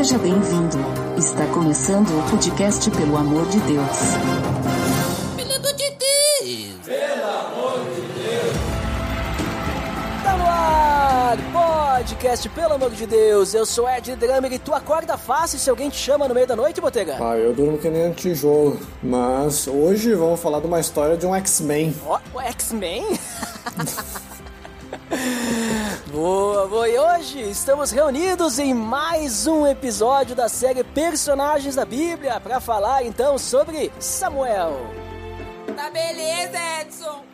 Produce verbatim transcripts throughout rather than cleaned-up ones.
Seja bem-vindo. Está começando o podcast Pelo Amor de Deus. Pelo amor de Deus! Pelo amor de Deus! Tá no ar! Podcast Pelo Amor de Deus. Eu sou Ed Drummer e tu acorda fácil se alguém te chama no meio da noite, Botega? Ah, eu durmo que nem um tijolo. Mas hoje vamos falar de uma história de um X-Men. Ó, oh, o X-Men? Boa, boa, e hoje estamos reunidos em mais um episódio da série Personagens da Bíblia para falar então sobre Samuel. Tá beleza, Edson.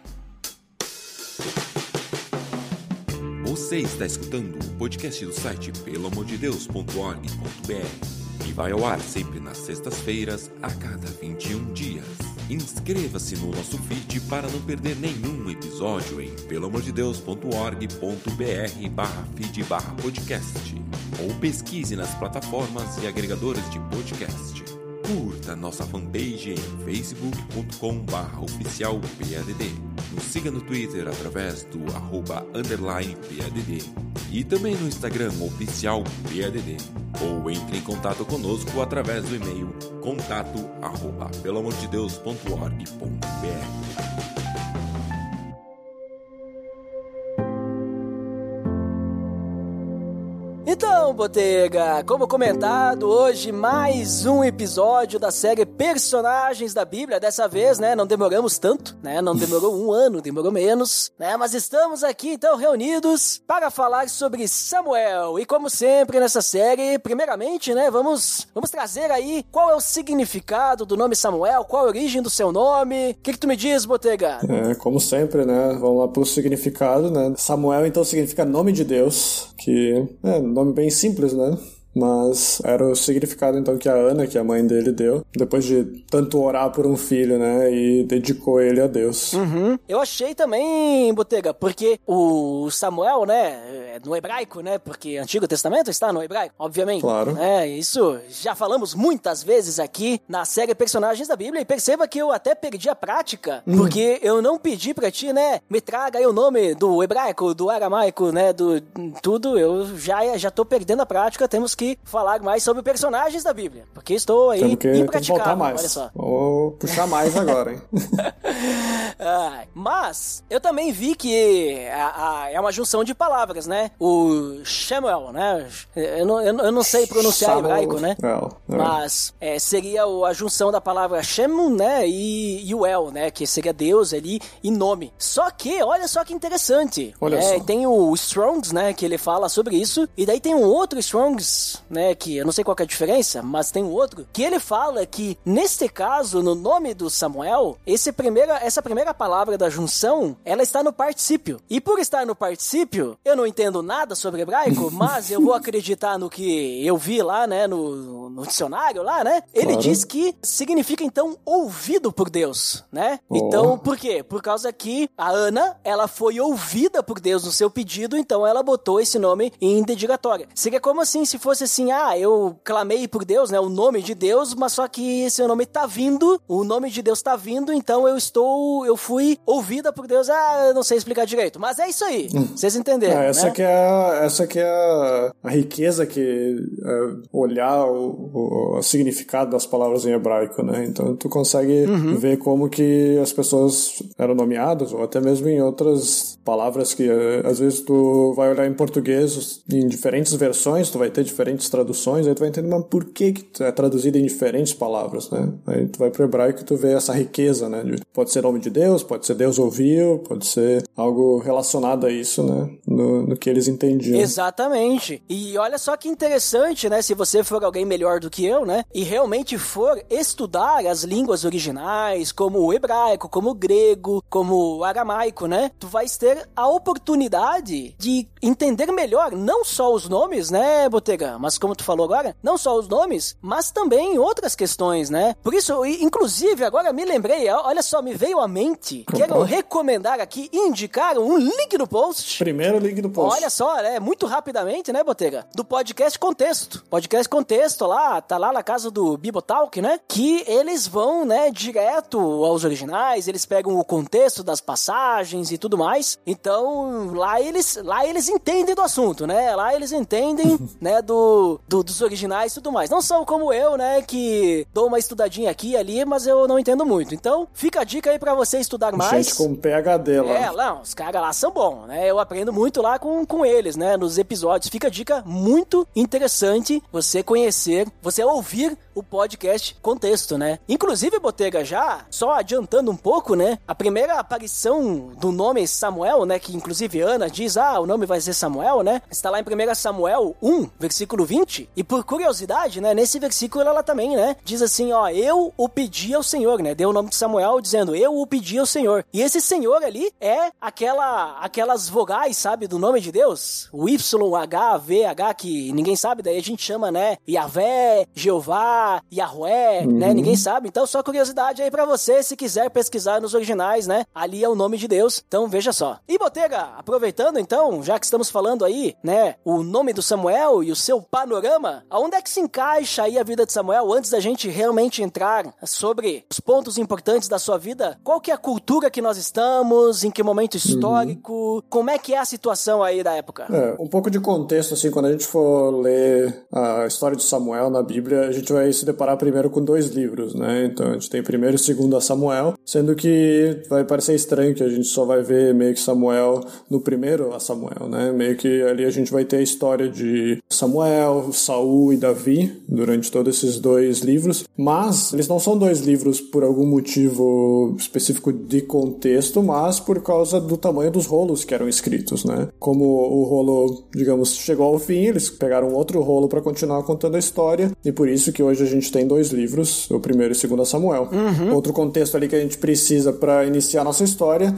Você está escutando o podcast do site pelo amor de deus ponto org ponto br e vai ao ar sempre nas sextas-feiras a cada vinte e um dias. Inscreva-se no nosso feed para não perder nenhum episódio em pelo amor de deus ponto org ponto br barra feed barra podcast ou pesquise nas plataformas e agregadores de podcast. Curta nossa fanpage em facebook ponto com barra oficial P A D D. Nos siga no Twitter através do arroba underline P A D D e também no Instagram oficial P A D D. Ou entre em contato conosco através do e-mail contato arroba pelo amor de deus ponto org ponto br. Então, Botega, como comentado, hoje mais um episódio da série Personagens da Bíblia. Dessa vez, né, não demoramos tanto, né, não demorou um ano, demorou menos, né, mas estamos aqui, então, reunidos para falar sobre Samuel. E como sempre nessa série, primeiramente, né, vamos, vamos trazer aí qual é o significado do nome Samuel, qual a origem do seu nome. O que que tu me diz, Botega? É, como sempre, né, vamos lá pro significado, né. Samuel, então, significa nome de Deus, que é nome bem simples, né? Mas era o significado, então, que a Ana, que a mãe dele, deu, depois de tanto orar por um filho, né, e dedicou ele a Deus. Uhum. Eu achei também, Botega, porque o Samuel, né, no hebraico, né, porque Antigo Testamento está no hebraico, obviamente. Claro. É, isso já falamos muitas vezes aqui na série Personagens da Bíblia, e perceba que eu até perdi a prática, hum. porque eu não pedi pra ti, né, me traga aí o nome do hebraico, do aramaico, né, do tudo, eu já, já tô perdendo a prática, temos que falar mais sobre personagens da Bíblia, porque estou aí impraticável, mais. Olha só. Vou puxar mais agora, hein? ah, mas eu também vi que a, a, é uma junção de palavras, né? O Shemuel, né? Eu não, eu, eu não sei pronunciar Samuel, hebraico, né? Well, mas é, seria a junção da palavra Shem, né? E, e o El, né? Que seria Deus ali e nome. Só que, olha só que interessante. Olha é, só. Tem o Strongs, né? Que ele fala sobre isso. E daí tem um outro Strongs, né, que eu não sei qual que é a diferença, mas tem um outro, que ele fala que, neste caso, no nome do Samuel, esse primeira, essa primeira palavra da junção, ela está no particípio. E por estar no particípio, eu não entendo nada sobre hebraico, mas eu vou acreditar no que eu vi lá, né, no, no dicionário lá, né, ele claro. diz que significa, então, ouvido por Deus, né? Oh. Então, por quê? Por causa que a Ana, ela foi ouvida por Deus no seu pedido, então ela botou esse nome em dedicatória. Seria como assim, se fosse assim, ah, eu clamei por Deus, né, o nome de Deus, mas só que esse nome tá vindo, o nome de Deus tá vindo, então eu estou, eu fui ouvida por Deus, ah, eu não sei explicar direito, mas é isso aí, hum. vocês entenderam, ah, essa né? que é a, essa que é a, a riqueza que é olhar o, o, o significado das palavras em hebraico, né, então tu consegue uhum. ver como que as pessoas eram nomeadas, ou até mesmo em outras palavras que às vezes tu vai olhar em português, em diferentes versões, tu vai ter diferentes traduções, aí tu vai entender, mas por que que é traduzido em diferentes palavras, né? Aí tu vai pro hebraico e tu vê essa riqueza, né? De, pode ser nome de Deus, pode ser Deus ouviu, pode ser algo relacionado a isso, né? No, no que eles entendiam. Exatamente. E olha só que interessante, né? Se você for alguém melhor do que eu, né? E realmente for estudar as línguas originais, como o hebraico, como o grego, como o aramaico, né? Tu vais ter a oportunidade de entender melhor, não só os nomes, né, Botega? Mas como tu falou agora, não só os nomes, mas também outras questões, né? Por isso, inclusive, agora me lembrei, olha só, me veio à mente, quero recomendar aqui, indicar um link no post. Primeiro link do post. Olha só, né, muito rapidamente, né, Botega? Do podcast Contexto. Podcast Contexto lá, tá lá na casa do Bibotalk, né? Que eles vão, né, direto aos originais, eles pegam o contexto das passagens e tudo mais. Então, lá eles, lá eles entendem do assunto, né? Lá eles entendem, né, do do, do, dos originais e tudo mais. Não são como eu, né, que dou uma estudadinha aqui e ali, mas eu não entendo muito. Então, fica a dica aí pra você estudar mais. Gente com P H D lá. É, não, os caras lá são bons, né? Eu aprendo muito lá com, com eles, né, nos episódios. Fica a dica muito interessante você conhecer, você ouvir o podcast Contexto, né? Inclusive, Botega, já, só adiantando um pouco, né, a primeira aparição do nome Samuel, né, que inclusive Ana diz, ah, o nome vai ser Samuel, né, está lá em primeiro Samuel um, versículo vinte, e por curiosidade, né, nesse versículo ela também, né, diz assim, ó, eu o pedi ao Senhor, né, deu o nome de Samuel dizendo, eu o pedi ao Senhor, e esse Senhor ali é aquela, aquelas vogais, sabe, do nome de Deus, o Y, H, V, H, que ninguém sabe, daí a gente chama, né, Yahvé, Jeová, Yahweh, uhum. né? Ninguém sabe. Então, só curiosidade aí pra você, se quiser pesquisar nos originais, né? Ali é o nome de Deus. Então, veja só. E, Botega, aproveitando então, já que estamos falando aí, né? O nome do Samuel e o seu panorama, aonde é que se encaixa aí a vida de Samuel antes da gente realmente entrar sobre os pontos importantes da sua vida? Qual que é a cultura que nós estamos? Em que momento histórico? Uhum. Como é que é a situação aí da época? É, um pouco de contexto, assim, quando a gente for ler a história de Samuel na Bíblia, a gente vai se deparar primeiro com dois livros, né? Então a gente tem primeiro e segundo a Samuel, sendo que vai parecer estranho que a gente só vai ver meio que Samuel no primeiro a Samuel, né? Meio que ali a gente vai ter a história de Samuel, Saul e Davi durante todos esses dois livros, mas eles não são dois livros por algum motivo específico de contexto, mas por causa do tamanho dos rolos que eram escritos, né? Como o rolo, digamos, chegou ao fim, eles pegaram outro rolo para continuar contando a história, e por isso que hoje a gente tem dois livros, o primeiro e o segundo a Samuel. Uhum. Outro contexto ali que a gente precisa para iniciar a nossa história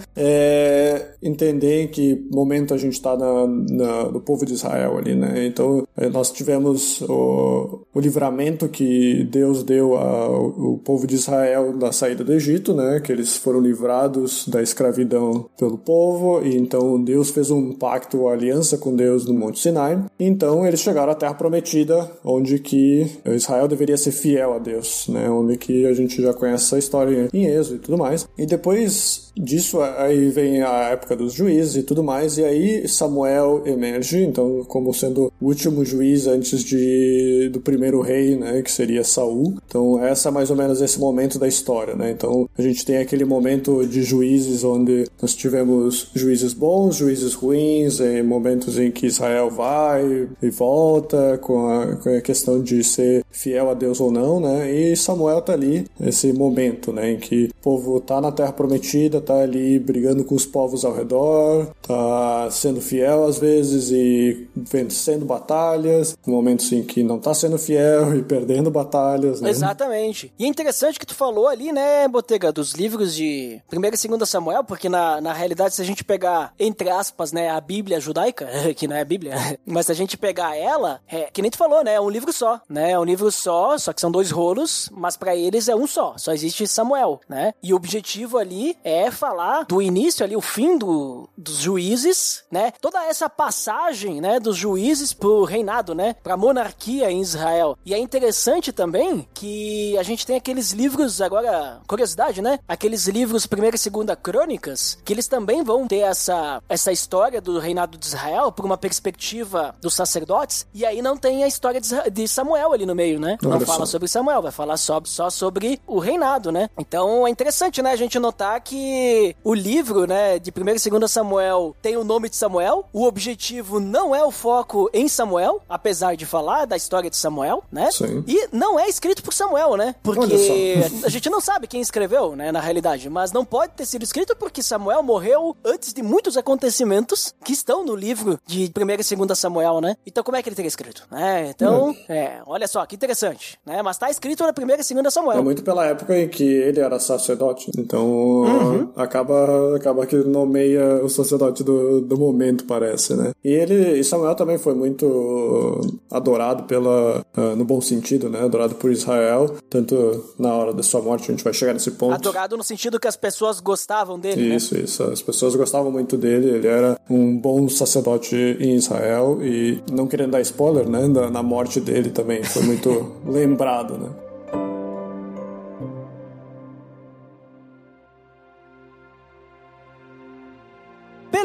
é entender em que momento a gente está na, na, no povo de Israel ali, né? Então, nós tivemos o, o livramento que Deus deu ao, ao povo de Israel da saída do Egito, né? Que eles foram livrados da escravidão pelo povo, e então Deus fez um pacto, uma aliança com Deus no Monte Sinai. E então, eles chegaram à Terra Prometida, onde que Israel deveria ser fiel a Deus, né? Onde que a gente já conhece essa história em Êxodo e tudo mais. E depois disso, aí vem a época dos juízes e tudo mais, e aí Samuel emerge, então, como sendo o último juiz antes de, do primeiro rei, né? Que seria Saul. Então, essa é mais ou menos esse momento da história, né? Então, a gente tem aquele momento de juízes onde nós tivemos juízes bons, juízes ruins, em momentos em que Israel vai e volta com a, com a questão de ser fiel a Deus ou não, né? E Samuel tá ali, esse momento, né? Em que o povo tá na Terra Prometida, tá ali brigando com os povos ao redor, tá sendo fiel às vezes e vencendo batalhas, momentos em que não tá sendo fiel e perdendo batalhas, né? Exatamente. E é interessante que tu falou ali, né, Botega, dos livros de primeiro e segundo Samuel, porque na, na realidade, se a gente pegar, entre aspas, né, a Bíblia judaica, que não é a Bíblia, mas se a gente pegar ela, é, que nem tu falou, né, é um livro só, né, é um livro só, só que são dois rolos, mas pra eles é um só, só existe Samuel, né, e o objetivo ali é falar do início ali, o fim do, dos juízes, né, toda essa passagem, né, dos juízes pro reinado, né, pra monarquia em Israel. E é interessante também que a gente tem aqueles livros, agora, curiosidade, né, aqueles livros primeira e segunda crônicas, que eles também vão ter essa, essa história do reinado de Israel por uma perspectiva dos sacerdotes, e aí não tem a história de Samuel ali no meio, né, não Olha fala só. sobre Samuel, vai falar só, só sobre o reinado, né. Então é interessante, né, a gente notar que o livro, né, de primeira e segunda Samuel tem o nome de Samuel, o objetivo não é o foco em Samuel, apesar de falar da história de Samuel, né, Sim. e não é escrito por Samuel, né, porque Olha só. a gente não sabe quem escreveu, né, na realidade, mas não pode ter sido escrito porque Samuel morreu antes de muitos acontecimentos que estão no livro de primeira e segunda Samuel, né, então como é que ele teria escrito, né, então, é, é olha só, que interessante, né, mas tá escrito na primeira e segunda Samuel. É muito pela época em que ele era sacerdote, então uhum. acaba, acaba que nomeia o sacerdote do, do momento, parece, né? E ele, e Samuel também foi muito adorado pela, uh, no bom sentido, né? Adorado por Israel, tanto na hora da sua morte, a gente vai chegar nesse ponto. Adorado no sentido que as pessoas gostavam dele, Isso, né? isso. As pessoas gostavam muito dele, ele era um bom sacerdote em Israel e, não querendo dar spoiler, né? Na, na morte dele também foi muito lembrado, né?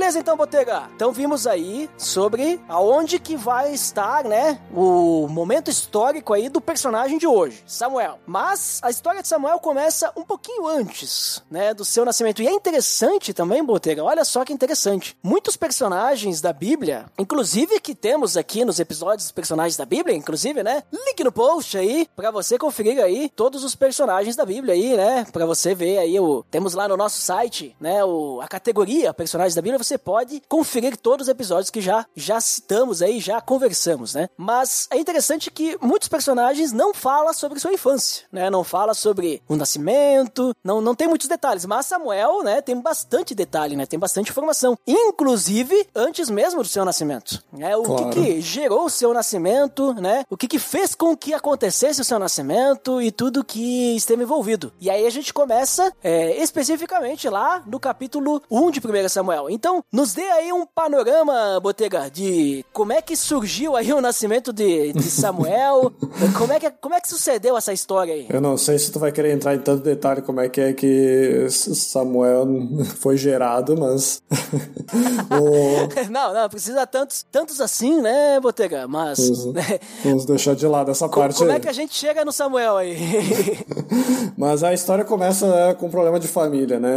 Beleza, então, Botega. Então vimos aí sobre aonde que vai estar, né, o momento histórico aí do personagem de hoje, Samuel. Mas a história de Samuel começa um pouquinho antes, né, do seu nascimento. E é interessante também, Botega, olha só que interessante. Muitos personagens da Bíblia, inclusive que temos aqui nos episódios dos personagens da Bíblia, inclusive, né, link no post aí, pra você conferir aí todos os personagens da Bíblia aí, né, pra você ver aí, o, temos lá no nosso site, né, o, a categoria personagens da Bíblia, você pode conferir todos os episódios que já, já citamos aí, já conversamos, né, mas é interessante que muitos personagens não falam sobre sua infância, né, não fala sobre o nascimento, não, não tem muitos detalhes, mas Samuel, né, tem bastante detalhe, né, tem bastante informação, inclusive antes mesmo do seu nascimento, né, o claro. que, que gerou o seu nascimento, né, o que, que fez com que acontecesse o seu nascimento e tudo que esteve envolvido. E aí a gente começa é, especificamente lá no capítulo um de primeiro Samuel. Então, nos dê aí um panorama, Botega, de como é que surgiu aí o nascimento de, de Samuel, como é, que, como é que sucedeu essa história aí? Eu não sei se tu vai querer entrar em tanto detalhe como é que é que Samuel foi gerado, mas... o... Não, não, precisa tantos, tantos assim, né, Botega? Mas... Vamos, né? vamos deixar de lado essa como, parte Como aí. é que a gente chega no Samuel aí? Mas a história começa né, com um problema de família, né?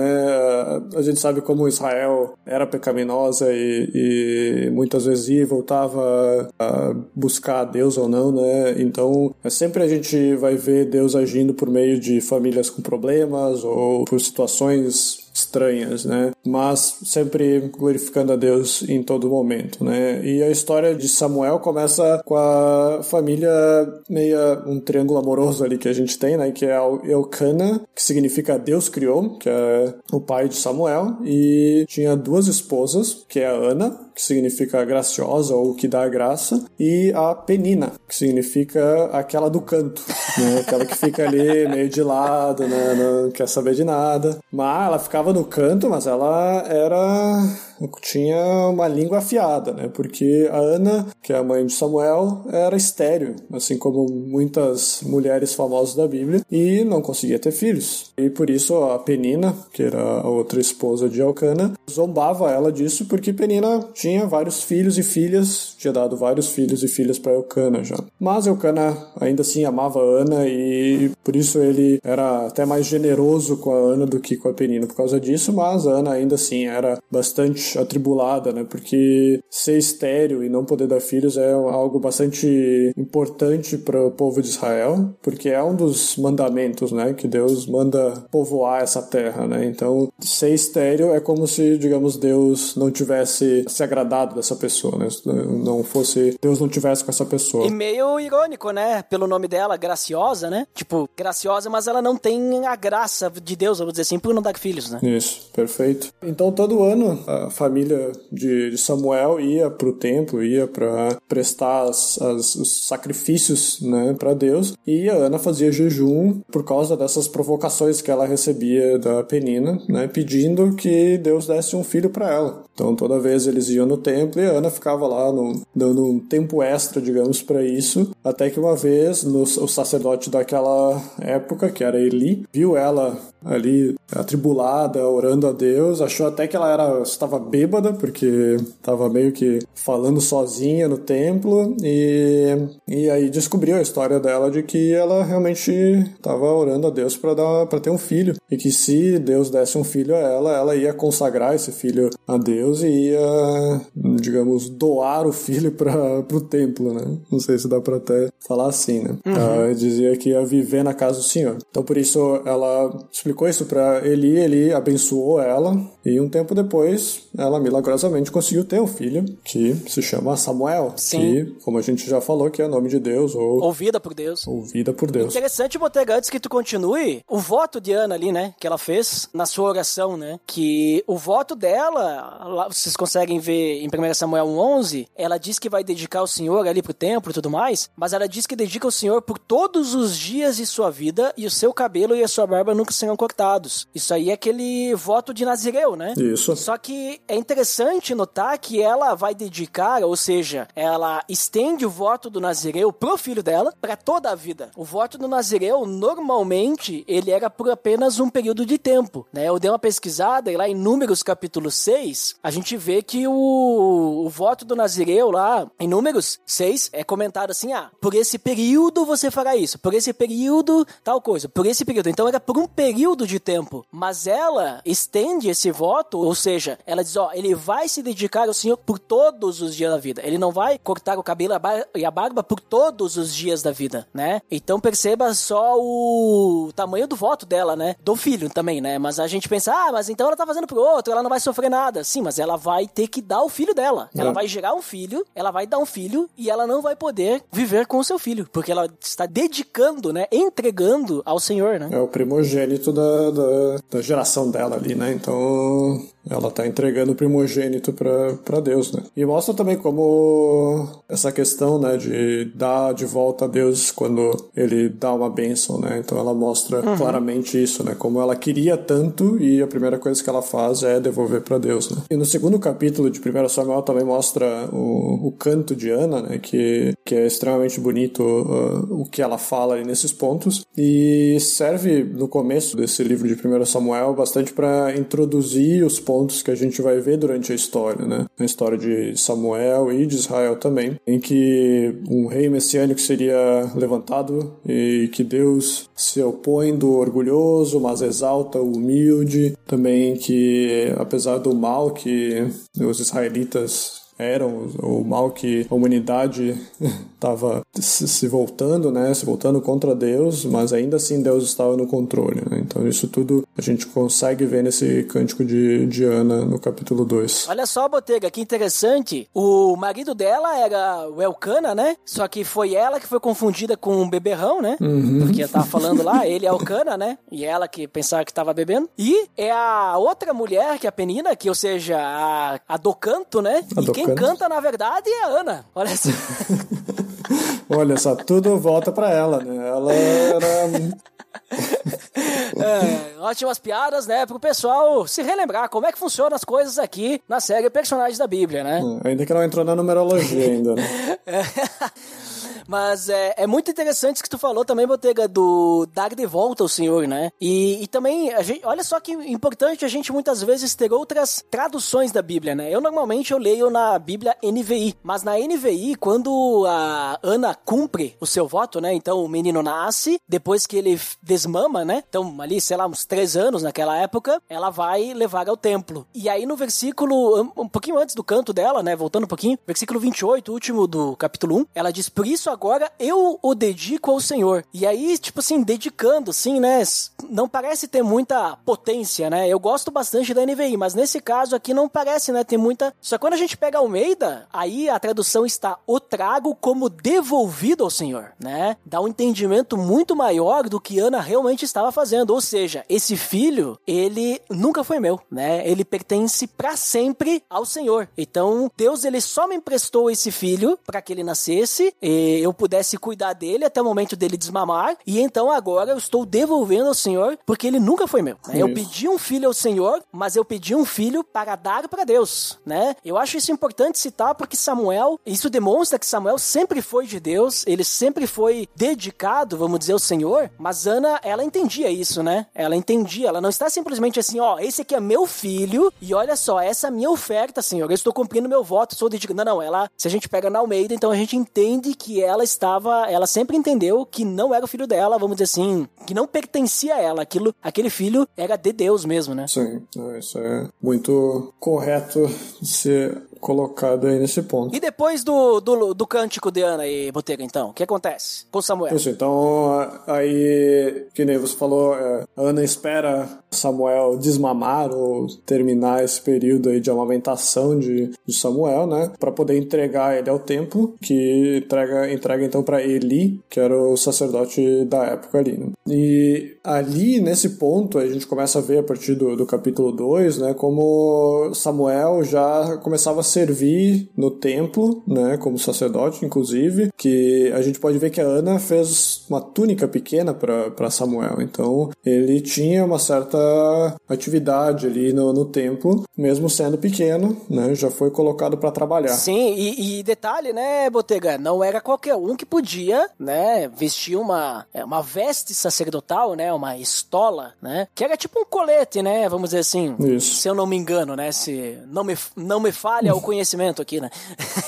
A gente sabe como Israel era pecaminosa e, e muitas vezes ia e voltava a buscar a Deus ou não, né? Então, sempre a gente vai ver Deus agindo por meio de famílias com problemas ou por situações estranhas, né? Mas sempre glorificando a Deus em todo momento, né? E a história de Samuel começa com a família meio um triângulo amoroso ali que a gente tem, né? Que é Elcana, que significa Deus criou, que é o pai de Samuel, e tinha duas esposas, que é a Ana, que significa graciosa ou que dá graça, e a Penina, que significa aquela do canto, né? Aquela que fica ali meio de lado, né? Não quer saber de nada. Mas ela ficava no canto, mas ela era... tinha uma língua afiada, né? Porque a Ana, que é a mãe de Samuel, era estéril, assim como muitas mulheres famosas da Bíblia, e não conseguia ter filhos. E por isso a Penina, que era a outra esposa de Elcana, zombava ela disso, porque Penina tinha vários filhos e filhas, tinha dado vários filhos e filhas para Elcana já. Mas Elcana ainda assim amava a Ana e por isso ele era até mais generoso com a Ana do que com a Penina por causa disso, mas a Ana ainda assim era bastante atribulada, né? Porque ser estéril e não poder dar filhos é algo bastante importante para o povo de Israel, porque é um dos mandamentos, né? Que Deus manda povoar essa terra, né? Então, ser estéril é como se, digamos, Deus não tivesse se agradado dessa pessoa, né? Não fosse... Deus não tivesse com essa pessoa. E meio irônico, né? Pelo nome dela, Graciosa, né? Tipo, graciosa, mas ela não tem a graça de Deus, vamos dizer assim, por não dar filhos, né? Isso, perfeito. Então, todo ano, a família de, de Samuel ia pro templo, ia para prestar as, as, os sacrifícios, né, para Deus, e a Ana fazia jejum por causa dessas provocações que ela recebia da Penina, né, pedindo que Deus desse um filho para ela. Então, toda vez eles iam no templo e a Ana ficava lá no, dando um tempo extra, digamos, para isso, até que uma vez no, o sacerdote daquela época, que era Eli, viu ela ali atribulada, orando a Deus, achou até que ela era, estava bêbada, porque estava meio que falando sozinha no templo, e, e aí descobriu a história dela de que ela realmente estava orando a Deus para dar, para ter um filho, e que se Deus desse um filho a ela, ela ia consagrar esse filho a Deus e ia, digamos, doar o filho para o templo, né? Não sei se dá para até falar assim, né? Uhum. Ela dizia que ia viver na casa do Senhor. Então, por isso, ela explicou isso para Eli, Eli abençoou ela, e um tempo depois, ela milagrosamente conseguiu ter um filho, que se chama Samuel. Sim. Que, como a gente já falou, que é nome de Deus, ou... Ouvida por Deus. Ouvida por Deus. Interessante, Botega, antes que tu continue, o voto de Ana ali, né, que ela fez na sua oração, né, que o voto dela, lá, vocês conseguem ver em primeiro Samuel um onze, ela diz que vai dedicar o Senhor ali pro templo e tudo mais, mas ela diz que dedica o Senhor por todos os dias de sua vida, e o seu cabelo e a sua barba nunca serão cortados. Isso aí é aquele voto de Nazireu, né? Isso. Só que é interessante notar que ela vai dedicar, ou seja, ela estende o voto do Nazireu pro filho dela para toda a vida. O voto do Nazireu, normalmente, ele era por apenas um período de tempo, né? Eu dei uma pesquisada e lá em Números capítulo seis, a gente vê que o, o voto do Nazireu lá, em Números seis, é comentado assim, ah, por esse período você fará isso, por esse período tal coisa, por esse período. Então era por um período de tempo, mas ela estende esse voto, ou seja, ela diz, ó, ele vai se dedicar ao Senhor por todos os dias da vida. Ele não vai cortar o cabelo e a barba por todos os dias da vida, né? Então perceba só o tamanho do voto dela, né? Do filho também, né? Mas a gente pensa, ah, mas então ela tá fazendo pro outro, ela não vai sofrer nada. Sim, mas ela vai ter que dar o filho dela. É. Ela vai gerar um filho, ela vai dar um filho e ela não vai poder viver com o seu filho, porque ela está dedicando, né? Entregando ao Senhor, né? É o primogênito da, da, da geração dela ali, né? Então ela tá entregando o primogênito pra, pra Deus, né? E mostra também como essa questão, né, de dar de volta a Deus quando ele dá uma bênção, né? Então ela mostra uhum. claramente isso, né? Como ela queria tanto e a primeira coisa que ela faz é devolver pra Deus, né? E no segundo capítulo de primeiro Samuel também mostra o, o canto de Ana, né? Que, que é extremamente bonito uh, o que ela fala ali nesses pontos e serve no começo desse livro de primeiro Samuel bastante para introduzir os pontos que a gente vai ver durante a história, né? A história de Samuel e de Israel também, em que um rei messiânico seria levantado e que Deus se opõe do orgulhoso, mas exalta o humilde. Também que, apesar do mal que os israelitas eram, o mal que a humanidade estava se voltando, né, se voltando contra Deus, mas ainda assim Deus estava no controle, né? Então isso tudo a gente consegue ver nesse cântico de, de Ana no capítulo dois. Olha só, Botega, que interessante, o marido dela era o Elcana, né, só que foi ela que foi confundida com um beberrão, né, uhum. porque ela tava falando lá, ele é Elcana, né, e ela que pensava que tava bebendo, e é a outra mulher, que é a Penina, que ou seja, a, a do canto, né, a e quem Quem canta, na verdade, é a Ana. Olha só. Olha só, tudo volta pra ela, né? Ela era... é, ótimas piadas, né? Pro pessoal se relembrar como é que funcionam as coisas aqui na série Personagens da Bíblia, né? É, ainda que não entrou na numerologia ainda, né? É. Mas é, é muito interessante isso que tu falou também, Botega, do dar de volta ao Senhor, né? E, e também, a gente, olha só que importante a gente muitas vezes ter outras traduções da Bíblia, né? Eu normalmente eu leio na Bíblia N V I, mas na N V I, quando a Ana cumpre o seu voto, né? Então o menino nasce, depois que ele desmama, né? Então ali, sei lá, uns três anos naquela época, ela vai levar ao templo. E aí no versículo, um, um pouquinho antes do canto dela, né? Voltando um pouquinho, versículo vinte e oito, último do capítulo um, ela diz, por isso agora eu o dedico ao Senhor. E aí, tipo assim, dedicando, assim, né? Não parece ter muita potência, né? Eu gosto bastante da N V I, mas nesse caso aqui não parece, né? Ter muita... Só que quando a gente pega Almeida, aí a tradução está o trago como devolvido ao Senhor, né? Dá um entendimento muito maior do que Ana realmente estava fazendo. Ou seja, esse filho, ele nunca foi meu, né? Ele pertence para sempre ao Senhor. Então, Deus, ele só me emprestou esse filho para que ele nascesse, e eu pudesse cuidar dele até o momento dele desmamar, e então agora eu estou devolvendo ao Senhor, porque ele nunca foi meu, né? Eu pedi um filho ao Senhor, mas eu pedi um filho para dar para Deus, né? Eu acho isso importante citar, porque Samuel, isso demonstra que Samuel sempre foi de Deus, ele sempre foi dedicado, vamos dizer, ao Senhor, mas Ana, ela entendia isso, né? Ela entendia, ela não está simplesmente assim, ó, esse aqui é meu filho, e olha só, essa é a minha oferta, Senhor, eu estou cumprindo meu voto, estou dedicando. Não, não, ela, se a gente pega na Almeida, então a gente entende que ela estava, ela sempre entendeu que não era o filho dela, vamos dizer assim, que não pertencia a ela, aquilo, aquele filho era de Deus mesmo, né? Sim, isso é muito correto de ser colocado aí nesse ponto. E depois do, do, do cântico de Ana e Botega, então, o que acontece com Samuel? Isso, então, aí, que nem você falou, é, Ana espera Samuel desmamar ou terminar esse período aí de amamentação de, de Samuel, né, para poder entregar ele ao templo, que entrega, entrega então para Eli, que era o sacerdote da época ali, né? E ali, nesse ponto, a gente começa a ver a partir do, do capítulo dois, né, como Samuel já começava a servir no templo, né, como sacerdote, inclusive, que a gente pode ver que a Ana fez uma túnica pequena para Samuel. Então, ele tinha uma certa atividade ali no, no templo, mesmo sendo pequeno, né? Já foi colocado para trabalhar. Sim, e, e detalhe, né, Botega? Não era qualquer um que podia, né, vestir uma, uma veste sacerdotal, né? Uma estola, né? Que era tipo um colete, né? Vamos dizer assim. Isso. Se eu não me engano, né? Se não me, não me falha o conhecimento aqui, né?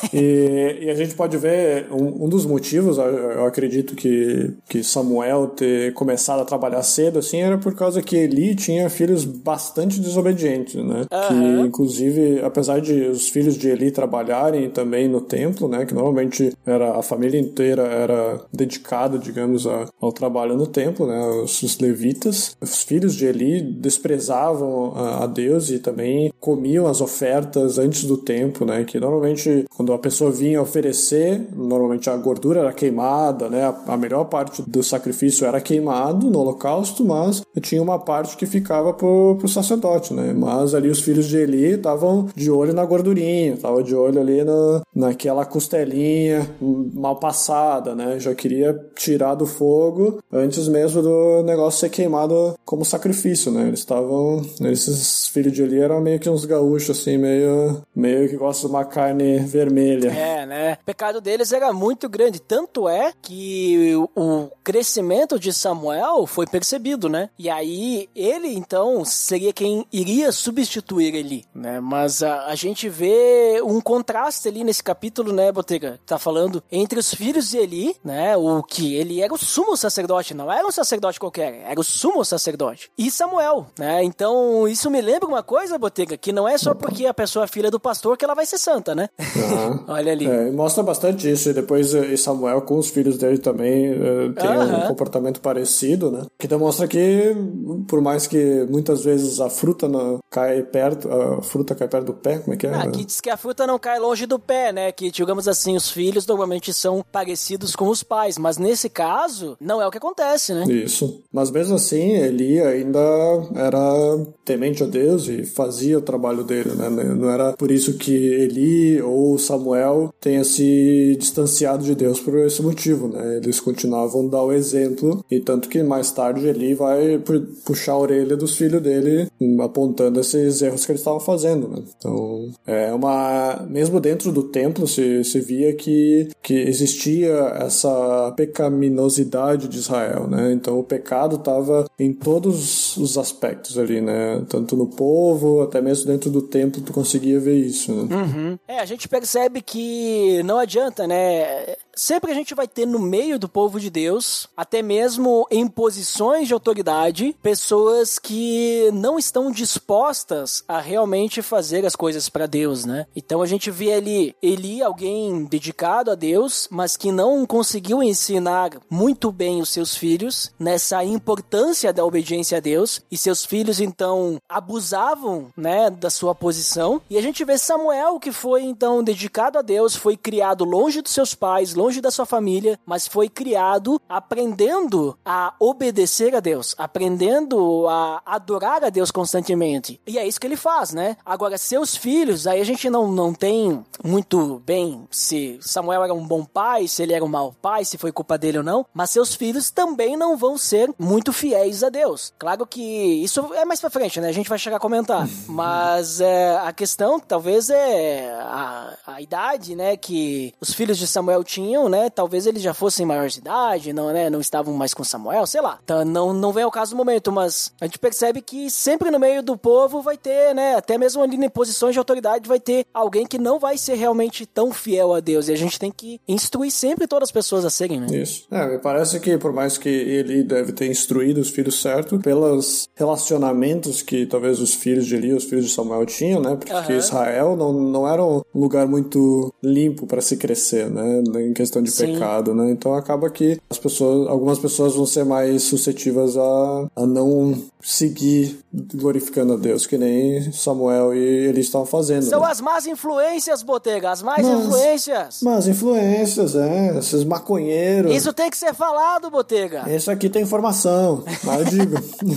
e, e a gente pode ver um, um dos motivos, eu acredito que, que Samuel ter começado a trabalhar cedo, assim, era por causa que Eli tinha filhos bastante desobedientes, né? Uhum. Que, inclusive, apesar de os filhos de Eli trabalharem também no templo, né? Que normalmente era, a família inteira era dedicada, digamos, a, ao trabalho no templo, né? Os, os levitas. Os filhos de Eli desprezavam a, a Deus e também comiam as ofertas antes do tempo, né? Que normalmente, quando a pessoa vinha oferecer, normalmente a gordura era queimada, né? A, a melhor parte do sacrifício era queimado no holocausto, mas tinha uma parte que ficava pro, pro sacerdote, né? Mas ali os filhos de Eli estavam de olho na gordurinha, estavam de olho ali na, naquela costelinha mal passada, né? Já queria tirar do fogo antes mesmo do negócio ser queimado como sacrifício, né? Eles estavam... Esses filhos de Eli eram meio que uns gaúchos, assim, meio, meio que gostam de uma carne vermelha. É, né? O pecado deles era muito grande, tanto é que o crescimento de Samuel foi percebido, né? E aí ele, então, seria quem iria substituir Eli, né? Mas a, a gente vê um contraste ali nesse capítulo, né, Botega? Tá falando entre os filhos de Eli, né? O que ele era o sumo sacerdote, não era um sacerdote qualquer, era o sumo sacerdote. E Samuel, né? Então, isso me lembra uma coisa, Botega, que não é só porque a pessoa é filha do pastor que ela vai ser santa, né? Uhum. Olha ali. É, mostra bastante isso. E depois Samuel com os filhos dele também uh, tem uhum. um comportamento parecido, né? Que demonstra que, por mais que muitas vezes a fruta não cai perto, a fruta cai perto do pé, como é que é? Aqui diz que a fruta não cai longe do pé, né? Que, digamos assim, os filhos normalmente são parecidos com os pais, mas nesse caso, não é o que acontece, né? Isso. Mas mesmo assim, Eli ainda era temente a Deus e fazia o trabalho dele, né? Não era por isso que Eli ou Samuel tenha se distanciado de Deus por esse motivo, né? Eles continuavam a dar o exemplo, e tanto que mais tarde Eli vai puxar a orelha dos filhos dele, apontando esses erros que eles estavam fazendo, né? Então, é uma... Mesmo dentro do templo se, se via que, que existia essa pecaminosidade de Israel, né? Então o pecado estava em todos os aspectos ali, né? Tanto no povo, até mesmo dentro do templo tu conseguia ver isso, né? Uhum. É, a gente percebe que não adianta, né? Sempre a gente vai ter no meio do povo de Deus, até mesmo em posições de autoridade, pessoas que não estão dispostas a realmente fazer as coisas para Deus, né? Então a gente vê ali Eli, alguém dedicado a Deus, mas que não conseguiu ensinar muito bem os seus filhos nessa importância da obediência a Deus, e seus filhos então abusavam, né, da sua posição. E a gente vê Samuel, que foi então dedicado a Deus, foi criado longe dos seus pais, longe da sua família, mas foi criado aprendendo a obedecer a Deus, aprendendo a adorar a Deus constantemente. E é isso que ele faz, né? Agora, seus filhos, aí a gente não, não tem muito bem se Samuel era um bom pai, se ele era um mau pai, se foi culpa dele ou não, mas seus filhos também não vão ser muito fiéis a Deus. Claro que isso é mais pra frente, né? A gente vai chegar a comentar. Mas é, a questão talvez é a, a idade, né, que os filhos de Samuel tinham, né? Talvez eles já fossem maiores de idade, não, né? Não estavam mais com Samuel, sei lá. Então, não, não vem ao caso do momento, mas a gente percebe que sempre no meio do povo vai ter, né? Até mesmo ali em posições de autoridade vai ter alguém que não vai ser realmente tão fiel a Deus. E a gente tem que instruir sempre todas as pessoas a serem, né? Isso. É, me parece que por mais que ele deve ter instruído os filhos certo, pelos relacionamentos que talvez os filhos de Eli, os filhos de Samuel tinham, né? Porque uhum. Israel não, não era um lugar muito limpo para se crescer, né? Em questão de Sim. pecado, né? Então acaba que as pessoas, algumas pessoas vão ser mais suscetíveis a, a não seguir glorificando a Deus, que nem Samuel e eles estavam fazendo. São né? as más influências, Botega, as más mas, influências. Más influências, é, esses maconheiros. Isso tem que ser falado, Botega. Isso aqui tem informação, mas eu digo.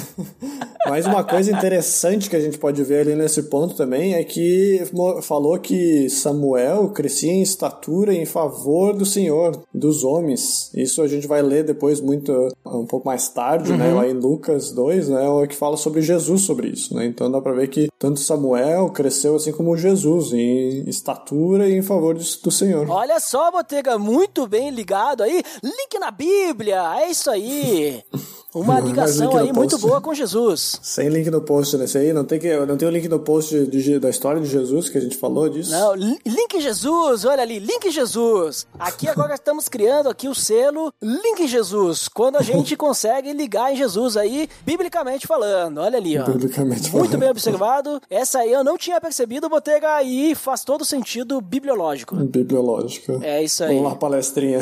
Mas uma coisa interessante que a gente pode ver ali nesse ponto também é que falou que Samuel crescia em estatura em favor do Senhor, dos homens. Isso a gente vai ler depois muito, um pouco mais tarde, uhum. né, lá em Lucas dois, né, que fala sobre Jesus sobre isso, né? Então dá pra ver que tanto Samuel cresceu assim como Jesus, em estatura e em favor do Senhor. Olha só, Botega, muito bem ligado aí. Link na Bíblia, é isso aí. Uma ligação aí muito boa com Jesus. Sem link no post nesse aí, não tem, que, não tem o link no post de, de, da história de Jesus que a gente falou disso? Não, link Jesus, olha ali, link Jesus. Aqui agora estamos criando aqui o selo link Jesus, quando a gente consegue ligar em Jesus aí, biblicamente falando, olha ali, ó. Biblicamente muito falando. bem observado, essa aí eu não tinha percebido, Botega, e faz todo sentido bibliológico. Bibliológico. É isso aí. Vamos lá, palestrinha.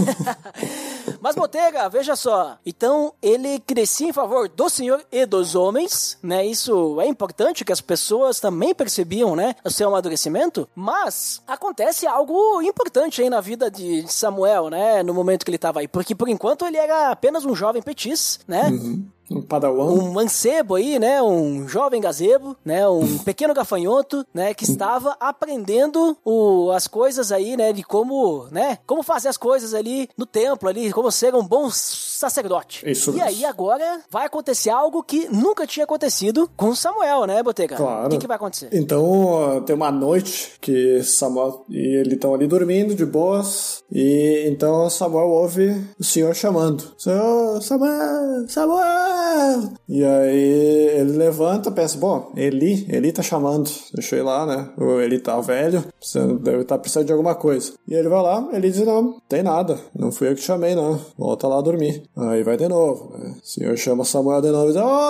Mas, Botega, veja só, então ele crescia em favor do Senhor e dos homens, né? Isso é importante, que as pessoas também percebiam, né? O seu amadurecimento. Mas acontece algo importante aí na vida de Samuel, né? No momento que ele estava aí. Porque, por enquanto, ele era apenas um jovem petis, né? Uhum. Um padawan. Um mancebo aí, né? Um jovem gazebo, né? Um pequeno gafanhoto, né? Que estava aprendendo o, as coisas aí, né? De como, né? Como fazer as coisas ali no templo, ali. Como ser um bom sacerdote. Isso e mesmo. aí agora vai acontecer algo que nunca tinha acontecido com Samuel, né, Botega? Claro. O que, que vai acontecer? Então, tem uma noite que Samuel e ele estão ali dormindo de boas. E então Samuel ouve o Senhor chamando. Senhor, Samuel, Samuel! E aí ele levanta, pensa, bom, Eli, Eli tá chamando, deixa eu ir lá, né? O Eli tá velho, deve estar precisando de alguma coisa. E ele vai lá, ele diz, não, tem nada, não fui eu que chamei, não, volta lá dormir. Aí vai de novo, né? O Senhor chama Samuel de novo e diz, ô,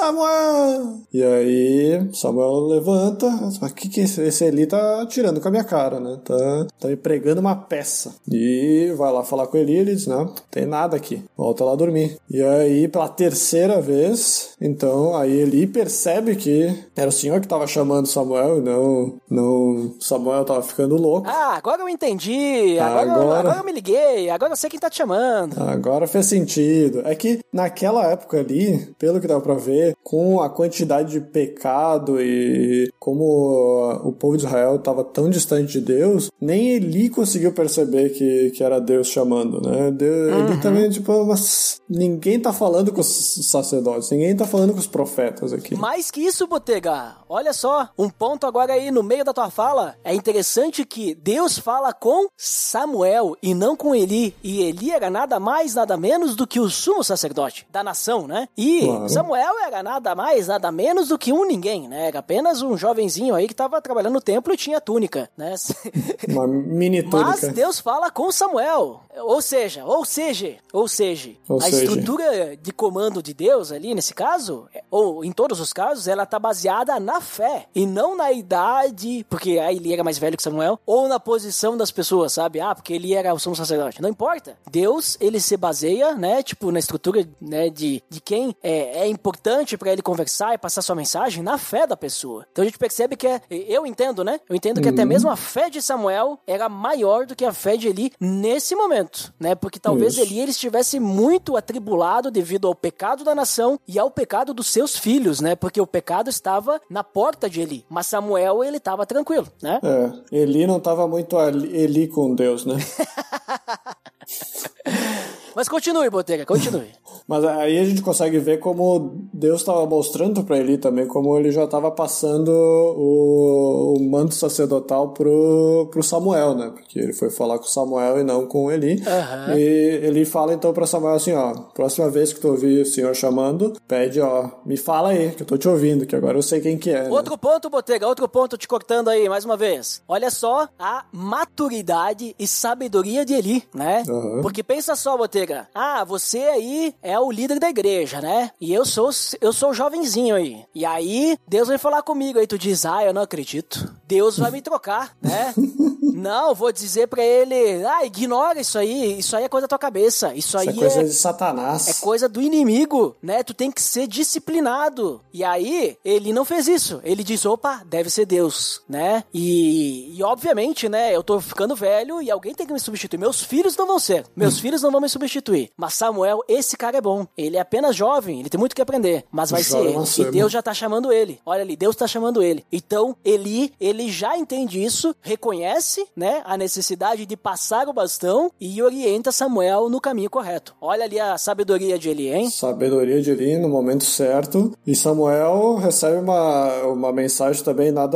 Samuel! E aí Samuel levanta, o que que esse, esse Eli tá tirando com a minha cara, né? Tá, tá me pregando uma peça. E vai lá falar com Eli, ele diz, não, tem nada aqui, volta lá dormir. E aí, pela terceira vez, então aí Eli percebe que era o Senhor que estava chamando Samuel e não, não Samuel estava ficando louco. Ah, agora eu entendi, agora, agora... agora eu me liguei, agora eu sei quem tá te chamando. Agora fez sentido. É que naquela época ali, pelo que dá pra ver, com a quantidade de pecado e como o povo de Israel estava tão distante de Deus, nem Eli conseguiu perceber que, que era Deus chamando, né? Deus, uhum. Eli também, tipo, mas ninguém tá falando com os sacerdotes, ninguém tá falando com os profetas aqui. Mais que isso, Botega, olha só, um ponto agora aí no meio da tua fala, é interessante que Deus fala com Samuel e não com Eli, e Eli era nada mais, nada menos do que o sumo sacerdote da nação, né? E claro. Samuel era nada mais, nada menos do que um ninguém, né? Era apenas um jovenzinho aí que tava trabalhando no templo e tinha túnica, né? Uma mini túnica. Mas Deus fala com Samuel, ou seja, ou seja, ou seja, ou a seja. estrutura de comando de Deus ali, nesse caso, ou em todos os casos, ela tá baseada na fé, e não na idade, porque aí ele era mais velho que Samuel, ou na posição das pessoas, sabe? Ah, porque ele era o sumo sacerdote. Não importa. Deus, ele se baseia, né, tipo, na estrutura, né, de, de quem é, é importante pra ele conversar e passar sua mensagem, na fé da pessoa. Então a gente percebe que, é, eu entendo, né? Eu entendo que uhum. até mesmo a fé de Samuel era maior do que a fé de Eli nesse momento, né? Porque talvez Isso. Eli ele estivesse muito atribulado devido ao pecado da nação e ao pecado dos seus filhos, né? Porque o pecado estava na porta de Eli. Mas Samuel, ele estava tranquilo, né? É, Eli não estava muito Eli com Deus, né? Mas continue, Botega, continue. Mas aí a gente consegue ver como Deus estava mostrando para Eli também, como ele já estava passando o, o manto sacerdotal pro, pro Samuel, né? Porque ele foi falar com Samuel e não com Eli. Uhum. E ele fala então para Samuel assim, ó, próxima vez que tu ouvir o Senhor chamando, pede, ó, me fala aí, que eu tô te ouvindo, que agora eu sei quem que é. Outro né? ponto, Botega, outro ponto te cortando aí, mais uma vez. Olha só a maturidade e sabedoria de Eli, né? Uhum. Porque pensa só, Botega, ah, você aí é o líder da igreja, né? E eu sou eu sou o jovenzinho aí. E aí, Deus vai falar comigo. Aí tu diz, ah, eu não acredito. Deus vai me trocar, né? Não, vou dizer pra ele, ah, ignora isso aí. Isso aí é coisa da tua cabeça. Isso, isso aí é coisa é, de Satanás. É coisa do inimigo, né? Tu tem que ser disciplinado. E aí, ele não fez isso. Ele diz, opa, deve ser Deus, né? E, e obviamente, né, eu tô ficando velho e alguém tem que me substituir. Meus filhos não vão ser. Meus filhos não vão me substituir. substituir. Mas Samuel, esse cara é bom. Ele é apenas jovem, ele tem muito que aprender, mas vai ser ele. E Deus já tá chamando ele. Olha ali, Deus tá chamando ele. Então, Eli, ele já entende isso, reconhece, né, a necessidade de passar o bastão e orienta Samuel no caminho correto. Olha ali a sabedoria de Eli, hein? Sabedoria de Eli no momento certo. E Samuel recebe uma, uma mensagem também nada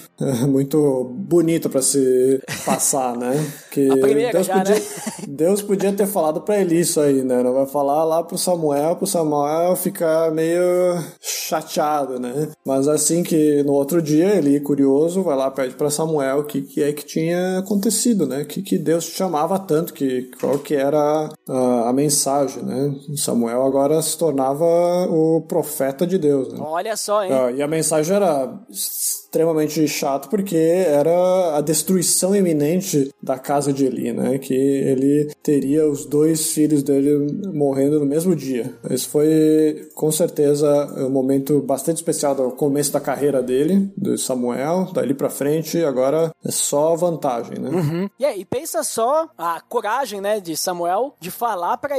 muito bonita pra se passar, né? Que a primeira Deus, já, podia, né? Deus podia ter falado pra Eli isso aí, né? Não vai falar lá pro Samuel, pro Samuel ficar meio chateado, né? Mas assim que no outro dia, Eli, curioso, vai lá, pede pra Samuel o que, que é que tinha acontecido, né? O que, que Deus chamava tanto, que, qual que era a, a mensagem, né? Samuel agora se tornava o profeta de Deus, né? Olha só, hein? Ah, e a mensagem era extremamente chato porque era a destruição iminente da casa de Eli, né? Que ele teria os dois filhos dele morrendo no mesmo dia. Esse foi, com certeza, um momento bastante especial do começo da carreira dele, de Samuel, dali pra frente, agora é só vantagem, né? Uhum. E aí, pensa só a coragem, né, de Samuel de falar pra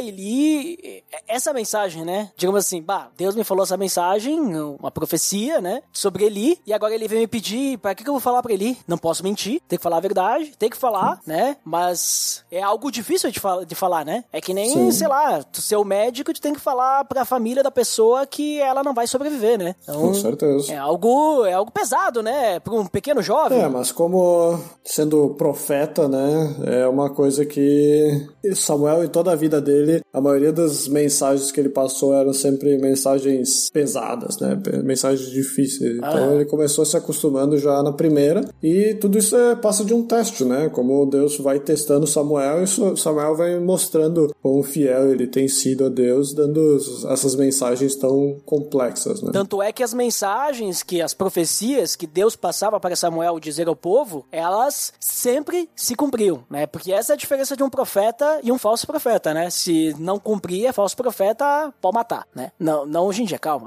Eli essa mensagem, né? Digamos assim, bah, Deus me falou essa mensagem, uma profecia, né, sobre Eli, e agora ele vem me pedir, pra que que eu vou falar pra Eli? Não posso mentir, tem que falar a verdade, tem que falar, né? Mas é algo difícil de, fala, de falar, né? É que nem, Sim. sei lá, tu ser o médico, tu tem que falar pra família da pessoa que ela não vai sobreviver, né? Então, com certeza. É algo, é algo pesado, né? Pra um pequeno jovem. É, mas como sendo profeta, né? É uma coisa que Samuel, em toda a vida dele, a maioria das mensagens que ele passou eram sempre mensagens pesadas, né? Mensagens difíceis. Então ah. ele começou se acostumando já na primeira, e tudo isso é, passa de um teste, né? Como Deus vai testando Samuel, e Samuel vai mostrando quão fiel ele tem sido a Deus, dando essas mensagens tão complexas, né? Tanto é que as mensagens, que as profecias que Deus passava para Samuel dizer ao povo, elas sempre se cumpriam, né? Porque essa é a diferença de um profeta e um falso profeta, né? Se não cumprir, é falso profeta, pode matar, né? Não, não hoje em dia, calma.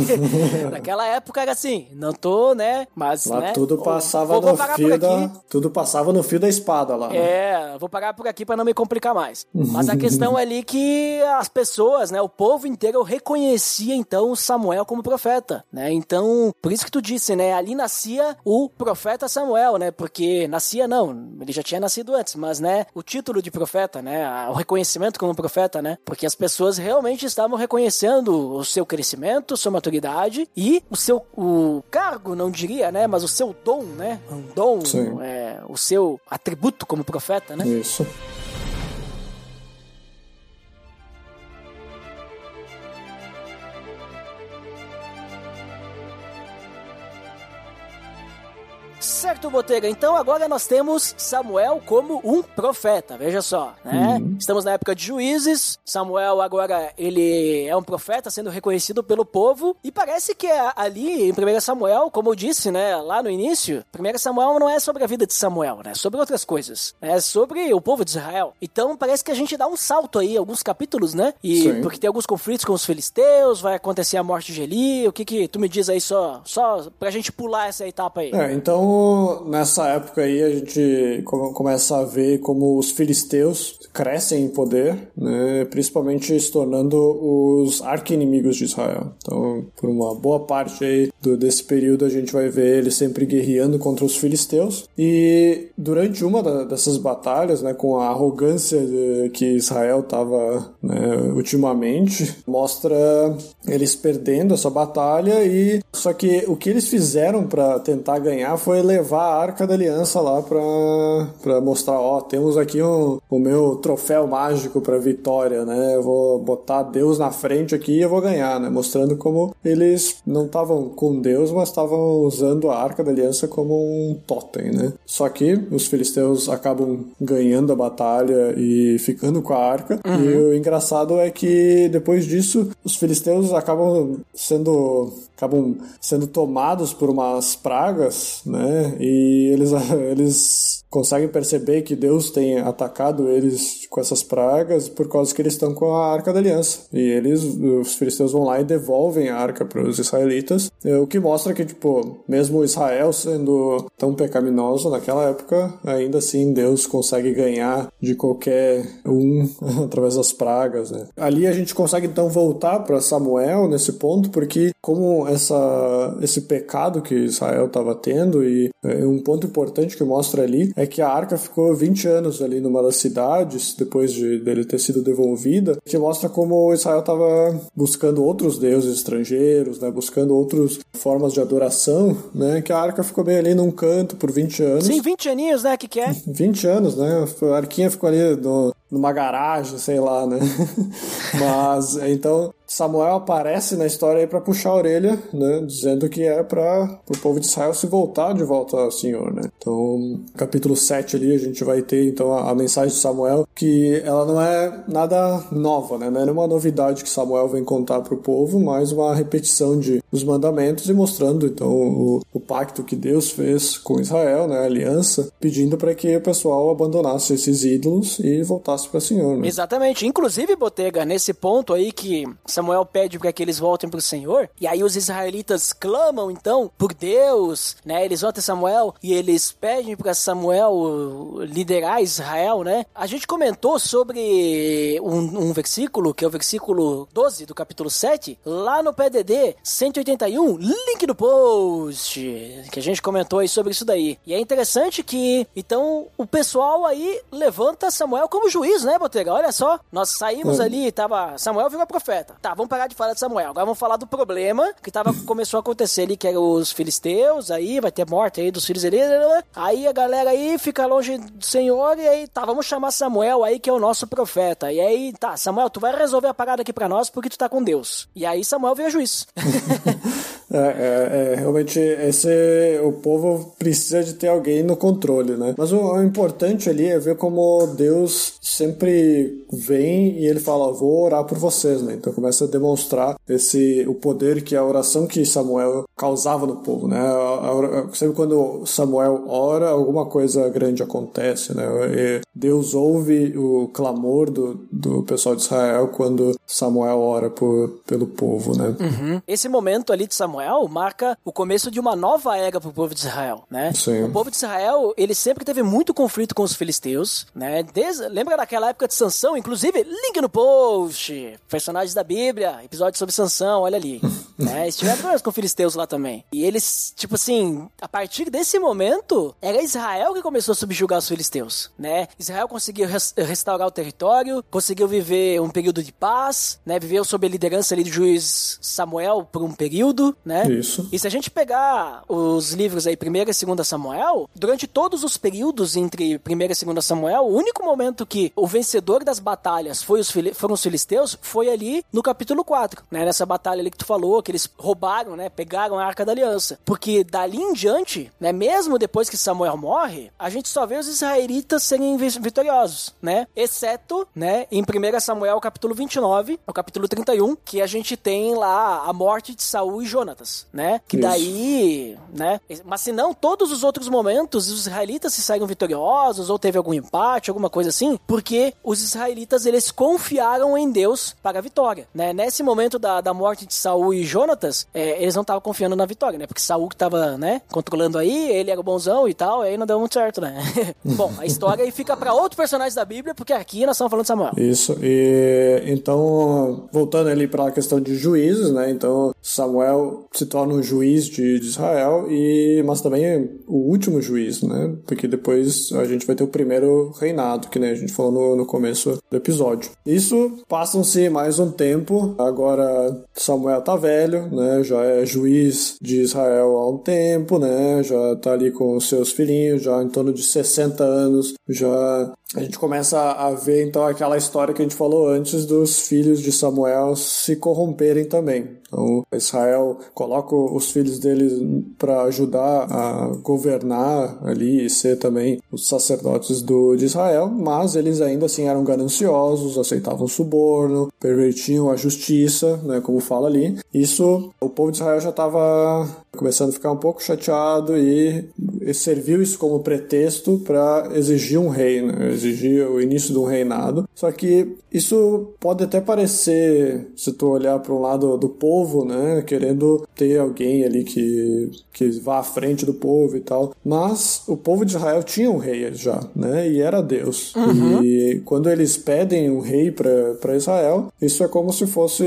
Naquela época era assim, não tô, né? Mas, lá né? tudo passava vou, vou no fio da, aqui. tudo passava no fio da espada lá. Né? É, vou parar por aqui para não me complicar mais. Mas a questão é ali que as pessoas, né? O povo inteiro reconhecia então Samuel como profeta, né? Então, por isso que tu disse, né? Ali nascia o profeta Samuel, né? Porque nascia não, ele já tinha nascido antes, mas, né? O título de profeta, né? O reconhecimento como profeta, né? Porque as pessoas realmente estavam reconhecendo o seu crescimento, sua maturidade e o seu o cargo, não diria, né? Mas o seu dom, né? Um dom, é, o seu atributo como profeta, né? Isso. Certo, Botega. Então agora nós temos Samuel como um profeta, veja só, né? Uhum. Estamos na época de Juízes, Samuel agora ele é um profeta sendo reconhecido pelo povo, e parece que ali em primeiro Samuel, como eu disse, né, lá no início, primeiro Samuel não é sobre a vida de Samuel, né? É sobre outras coisas, é sobre o povo de Israel. Então parece que a gente dá um salto aí, alguns capítulos, né? E Sim. porque tem alguns conflitos com os filisteus, vai acontecer a morte de Eli, o que que tu me diz aí só, só pra gente pular essa etapa aí? É, então nessa época aí a gente começa a ver como os filisteus crescem em poder, né, principalmente se tornando os arqui-inimigos de Israel. Então, por uma boa parte aí do, desse período a gente vai ver eles sempre guerreando contra os filisteus, e durante uma da, dessas batalhas, né, com a arrogância de, que Israel estava, né, ultimamente, mostra eles perdendo essa batalha, e só que o que eles fizeram para tentar ganhar foi levar a Arca da Aliança lá pra, pra mostrar, ó, temos aqui um, o meu troféu mágico pra vitória, né? Eu vou botar Deus na frente aqui e eu vou ganhar, né? Mostrando como eles não estavam com Deus, mas estavam usando a Arca da Aliança como um totem, né? Só que os filisteus acabam ganhando a batalha e ficando com a Arca, uhum. E o engraçado é que depois disso os filisteus acabam sendo acabam sendo tomados por umas pragas, né? E eles, eles conseguem perceber que Deus tem atacado eles com essas pragas por causa que eles estão com a Arca da Aliança. E eles, os filisteus vão lá e devolvem a arca para os israelitas, o que mostra que, tipo, mesmo Israel sendo tão pecaminoso naquela época, ainda assim Deus consegue ganhar de qualquer um através das pragas, né? Ali a gente consegue então voltar para Samuel nesse ponto, porque como essa, esse pecado que Israel estava tendo, e um ponto importante que mostra ali é que a arca ficou vinte anos ali numa das cidades, depois de dele ter sido devolvida, que mostra como Israel estava buscando outros deuses estrangeiros, né, buscando outras formas de adoração, né, que a arca ficou bem ali num canto por vinte anos. Sim, vinte aninhos, né, que que é? vinte anos, né, a arquinha ficou ali no, numa garagem, sei lá, né, mas, então, Samuel aparece na história aí para puxar a orelha, né, dizendo que é para o povo de Israel se voltar de volta ao Senhor, né. Então, capítulo sete ali, a gente vai ter, então, a, a mensagem de Samuel, que ela não é nada nova, né, não é uma novidade que Samuel vem contar para o povo, mas uma repetição de, dos mandamentos e mostrando, então, o, o pacto que Deus fez com Israel, né, a aliança, pedindo para que o pessoal abandonasse esses ídolos e voltasse para o Senhor, né. Exatamente. Inclusive, Botega, nesse ponto aí que Samuel pede para que eles voltem para o Senhor, e aí os israelitas clamam, então, por Deus, né, eles vão até Samuel e eles pedem para Samuel liderar Israel, né. A gente comentou sobre um, um versículo, que é o versículo doze do capítulo sete, lá no P D D cento e oitenta e um, link no post, que a gente comentou aí sobre isso daí. E é interessante que, então, o pessoal aí levanta Samuel como juiz, né, Botega? Olha só, nós saímos uhum. ali, tava, Samuel virou profeta. Tá, vamos parar de falar de Samuel. Agora vamos falar do problema que tava, começou a acontecer ali, que eram os filisteus, aí vai ter morte aí dos filhos dele. Aí a galera aí fica longe do Senhor, e aí, tá, vamos chamar Samuel aí, que é o nosso profeta. E aí, tá, Samuel, tu vai resolver a parada aqui pra nós, porque tu tá com Deus. E aí Samuel vira juiz. é, é, é, realmente, esse, o povo precisa de ter alguém no controle, né? Mas o, o importante ali é ver como Deus sempre vem e ele fala, vou orar por vocês, né? Então começa a demonstrar esse, o poder que a oração que Samuel causava no povo, né? A, a, sempre quando Samuel ora, alguma coisa grande acontece, né? E Deus ouve o clamor do, do pessoal de Israel quando Samuel ora por, pelo povo, né? Uhum. Esse momento ali de Samuel marca o começo de uma nova era pro povo de Israel, né? Sim. O povo de Israel, ele sempre teve muito conflito com os filisteus, né? Desde, lembra daquela época de Sansão? Inclusive, link no post, personagens da Bíblia, episódio sobre Sansão, olha ali. né? Eles tiveram problemas com filisteus lá também. E eles, tipo assim, a partir desse momento, era Israel que começou a subjugar os filisteus, né? Israel conseguiu res- restaurar o território, conseguiu viver um período de paz, né? Viveu sob a liderança ali do juiz Samuel por um período, né? Isso. E se a gente pegar os livros aí, primeira e segunda Samuel, durante todos os períodos entre primeira e segunda Samuel, o único momento que o vencedor das batalhas foi os fili- foram os filisteus foi ali no capítulo quatro, né? Nessa batalha ali que tu falou, que eles roubaram, né? Pegaram a Arca da Aliança. Porque dali em diante, né? Mesmo depois que Samuel morre, a gente só vê os israelitas serem vitoriosos, né? Exceto, né? Em primeira Samuel, capítulo vinte e nove, o capítulo trinta e um, que a gente tem lá a morte de Saul e Jonatas, né? Que Isso. daí, né? Mas se não, todos os outros momentos, os israelitas se saíram vitoriosos, ou teve algum empate, alguma coisa assim, porque os israelitas, eles confiaram em Deus para a vitória, né? Nesse momento da, da morte de Saul e Jonatas, é, eles não estavam confiando na vitória, né? Porque Saul que tava, né, controlando aí, ele era o bonzão e tal, aí não deu muito certo, né? Bom, a história aí fica para outro personagem da Bíblia, porque aqui nós estamos falando de Samuel. Isso, e então, voltando ali para a questão de juízes, né? Então, Samuel se torna um juiz de, de Israel, e, mas também o último juiz, né? Porque depois a gente vai ter o primeiro reinado, que né, a gente falou no, no começo do episódio. Isso, passam-se mais um tempo, agora Samuel tá velho, né? Já é juiz de Israel há um tempo, né? Já tá ali com os seus filhinhos, já em torno de sessenta anos, já a gente começa a ver então aquela história que a gente falou antes dos filhos de Samuel se corromperem também. Então Israel coloca os filhos deles para ajudar a governar ali e ser também os sacerdotes do, de Israel, mas eles ainda assim eram gananciosos, aceitavam suborno, pervertiam a justiça, né, como fala ali. Isso isso, o povo de Israel já estava começando a ficar um pouco chateado e serviu isso como pretexto para exigir um rei, né? Exigir o início de um reinado. Só que isso pode até parecer, se tu olhar para um lado do povo, né, querendo ter alguém ali que, que vá à frente do povo e tal, mas o povo de Israel tinha um rei já, né, e era Deus. Uhum. E quando eles pedem um rei para Israel, isso é como se fosse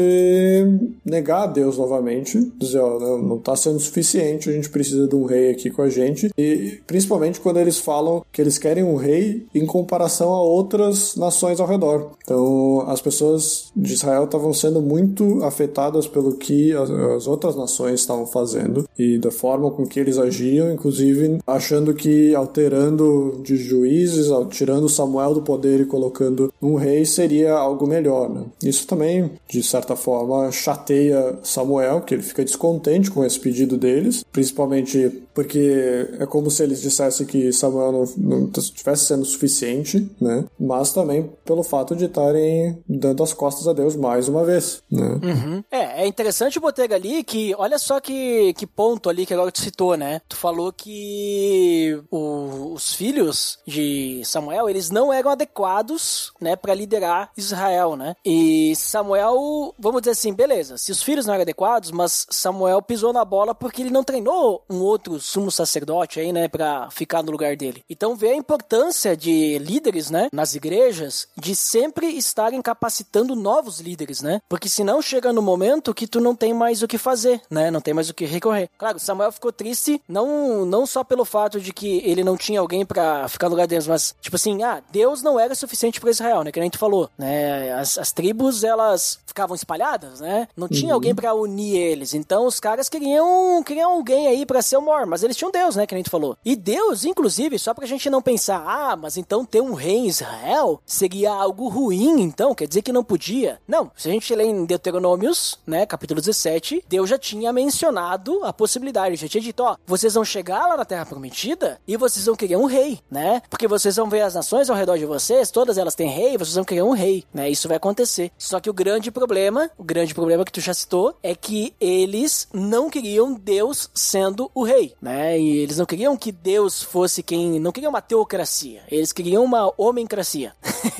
negar a Deus novamente, dizer, ó, não está sendo suficiente, a gente precisa de um rei aqui com a gente, e principalmente quando eles falam que eles querem um rei em comparação a outras nações ao redor. Então, as pessoas de Israel estavam sendo muito afetadas pelo que as, as outras nações estavam fazendo e da forma com que eles agiam, inclusive achando que alterando de juízes, tirando Samuel do poder e colocando um rei seria algo melhor, né? Isso também, de certa forma, chateia Samuel, que ele fica descontente com esse pedido deles, principalmente porque é como se eles dissessem que Samuel não, não estivesse sendo suficiente, né? Mas também pelo fato de estarem dando as costas a Deus mais uma vez, né? Uhum. É, é interessante, Botega, ali que, olha só que, que ponto ali que agora tu citou, né? Tu falou que o, os filhos de Samuel, eles não eram adequados, né, para liderar Israel, né? E Samuel, vamos dizer assim, beleza, se os filhos não eram adequados, mas Samuel pisou na bola porque ele não treinou um outro sumo sacerdote aí, né, pra ficar no lugar dele. Então vê a importância de líderes, né, nas igrejas, de sempre estarem capacitando novos líderes, né? Porque senão chega no momento que tu não tem mais o que fazer, né? Não tem mais o que recorrer. Claro, Samuel ficou triste, não, não só pelo fato de que ele não tinha alguém pra ficar no lugar deles, mas, tipo assim, ah, Deus não era suficiente pra Israel, né? Que nem tu falou, né? As, as tribos, elas ficavam espalhadas, né? Não tinha uhum. alguém pra unir eles. Então, os caras queriam, queriam alguém aí pra ser o maior, mas eles tinham Deus, né? Que nem tu falou. E Deus, inclusive, só pra gente não pensar, ah, mas então ter um rei em Israel seria algo ruim, então? Quer dizer que não podia? Não. Se a gente lê em Deuteronômios, né? Capítulo dezessete, Deus já tinha mencionado a possibilidade, já tinha dito, ó, vocês vão chegar lá na Terra Prometida e vocês vão querer um rei, né? Porque vocês vão ver as nações ao redor de vocês, todas elas têm rei, vocês vão querer um rei, né? Isso vai acontecer. Só que o grande problema, o grande problema que tu já citou, é que eles não queriam Deus sendo o rei, né? E eles não queriam que Deus fosse quem... Não queriam uma teocracia, eles queriam uma homencracia.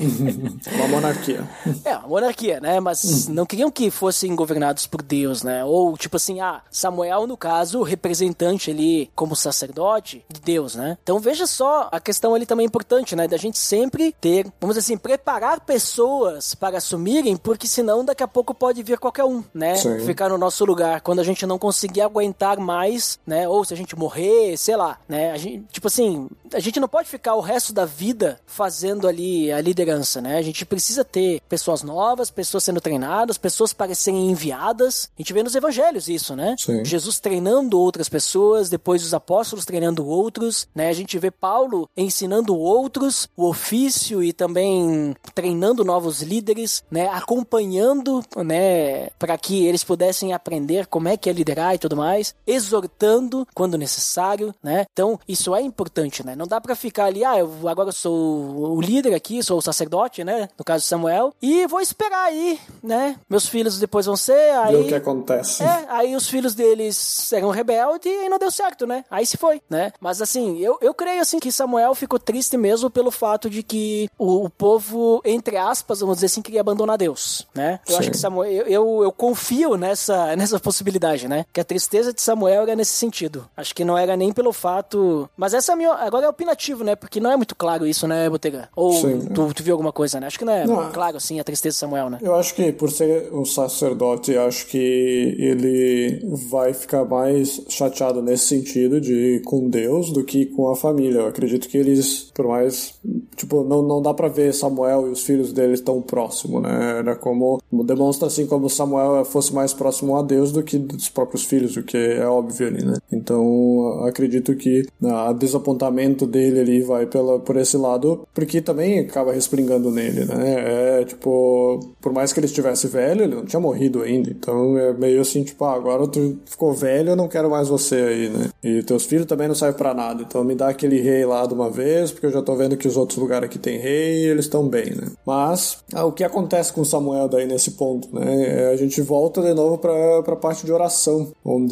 Uma monarquia. É, uma monarquia, né? Mas não queriam que fossem governados por Deus, né? Ou, tipo assim, ah, Samuel, no caso, representante ali como sacerdote de Deus, né? Então veja só, a questão ali também é importante, né? Da gente sempre ter, vamos dizer assim, preparar pessoas para assumirem, porque senão daqui a pouco pode vir qualquer um, né? Sim. Ficar no nosso lugar, quando a gente não conseguir aguentar mais, né? Ou se a gente morrer, sei lá, né? A gente, tipo assim, a gente não pode ficar o resto da vida fazendo ali a liderança, né? A gente precisa ter pessoas novas, pessoas sendo treinadas, pessoas para serem enviadas. A gente vê nos evangelhos isso, né? Sim. Jesus treinando outras pessoas, depois os apóstolos treinando outros, né? A gente vê Paulo ensinando outros o ofício e também treinando novos líderes, né? Acompanhando, né? Para que eles pudessem aprender como é que é liderar e tudo mais, exortando quando necessário, né? Então, isso é importante, né? Não dá para ficar ali, ah, eu agora sou o líder aqui, sou o sacerdote, né? No caso de Samuel, e vou esperar aí, né? Meus filhos depois vão ser, aí... Ver o que acontece. É, aí os filhos deles eram rebeldes e não deu certo, né? Aí se foi, né? Mas assim, eu, eu creio assim que Samuel ficou triste mesmo pelo fato de que o, o povo, entre aspas, vamos dizer assim, queria abandonar Deus, né? Eu Sim. acho que Samuel, eu, eu, eu confio nessa, nessa possibilidade, né? Que a tristeza de Samuel era nesse sentido. Acho que não era nem pelo fato... Mas essa é a minha... Agora é opinativo, né? Porque não é muito claro isso, né, Botega? Ou tu, tu viu alguma coisa, né? Acho que não é não, claro, assim, a tristeza de Samuel, né? Eu acho que por ser um sacerdote, acho que ele vai ficar mais chateado nesse sentido de com Deus do que com a família. Eu acredito que eles, por mais... Tipo, não, não dá pra ver Samuel e os filhos dele tão próximo, né? Era como... Demonstra, assim, como Samuel fosse mais próximo a Deus do que dos próprios filhos, o que é óbvio ali, né? Então, acredito que o desapontamento dele ali vai pela, por esse lado, porque também acaba respingando nele, né? É, tipo, por mais que ele estivesse velho, ele não tinha morrido ainda, então é meio assim, tipo, ah, agora tu ficou velho, eu não quero mais você aí, né? E teus filhos também não servem pra nada, então me dá aquele rei lá de uma vez, porque eu já tô vendo que os outros lugares aqui tem rei e eles estão bem, né? Mas, ah, o que acontece com Samuel daí nesse ponto, né? A gente volta de novo para a parte de oração,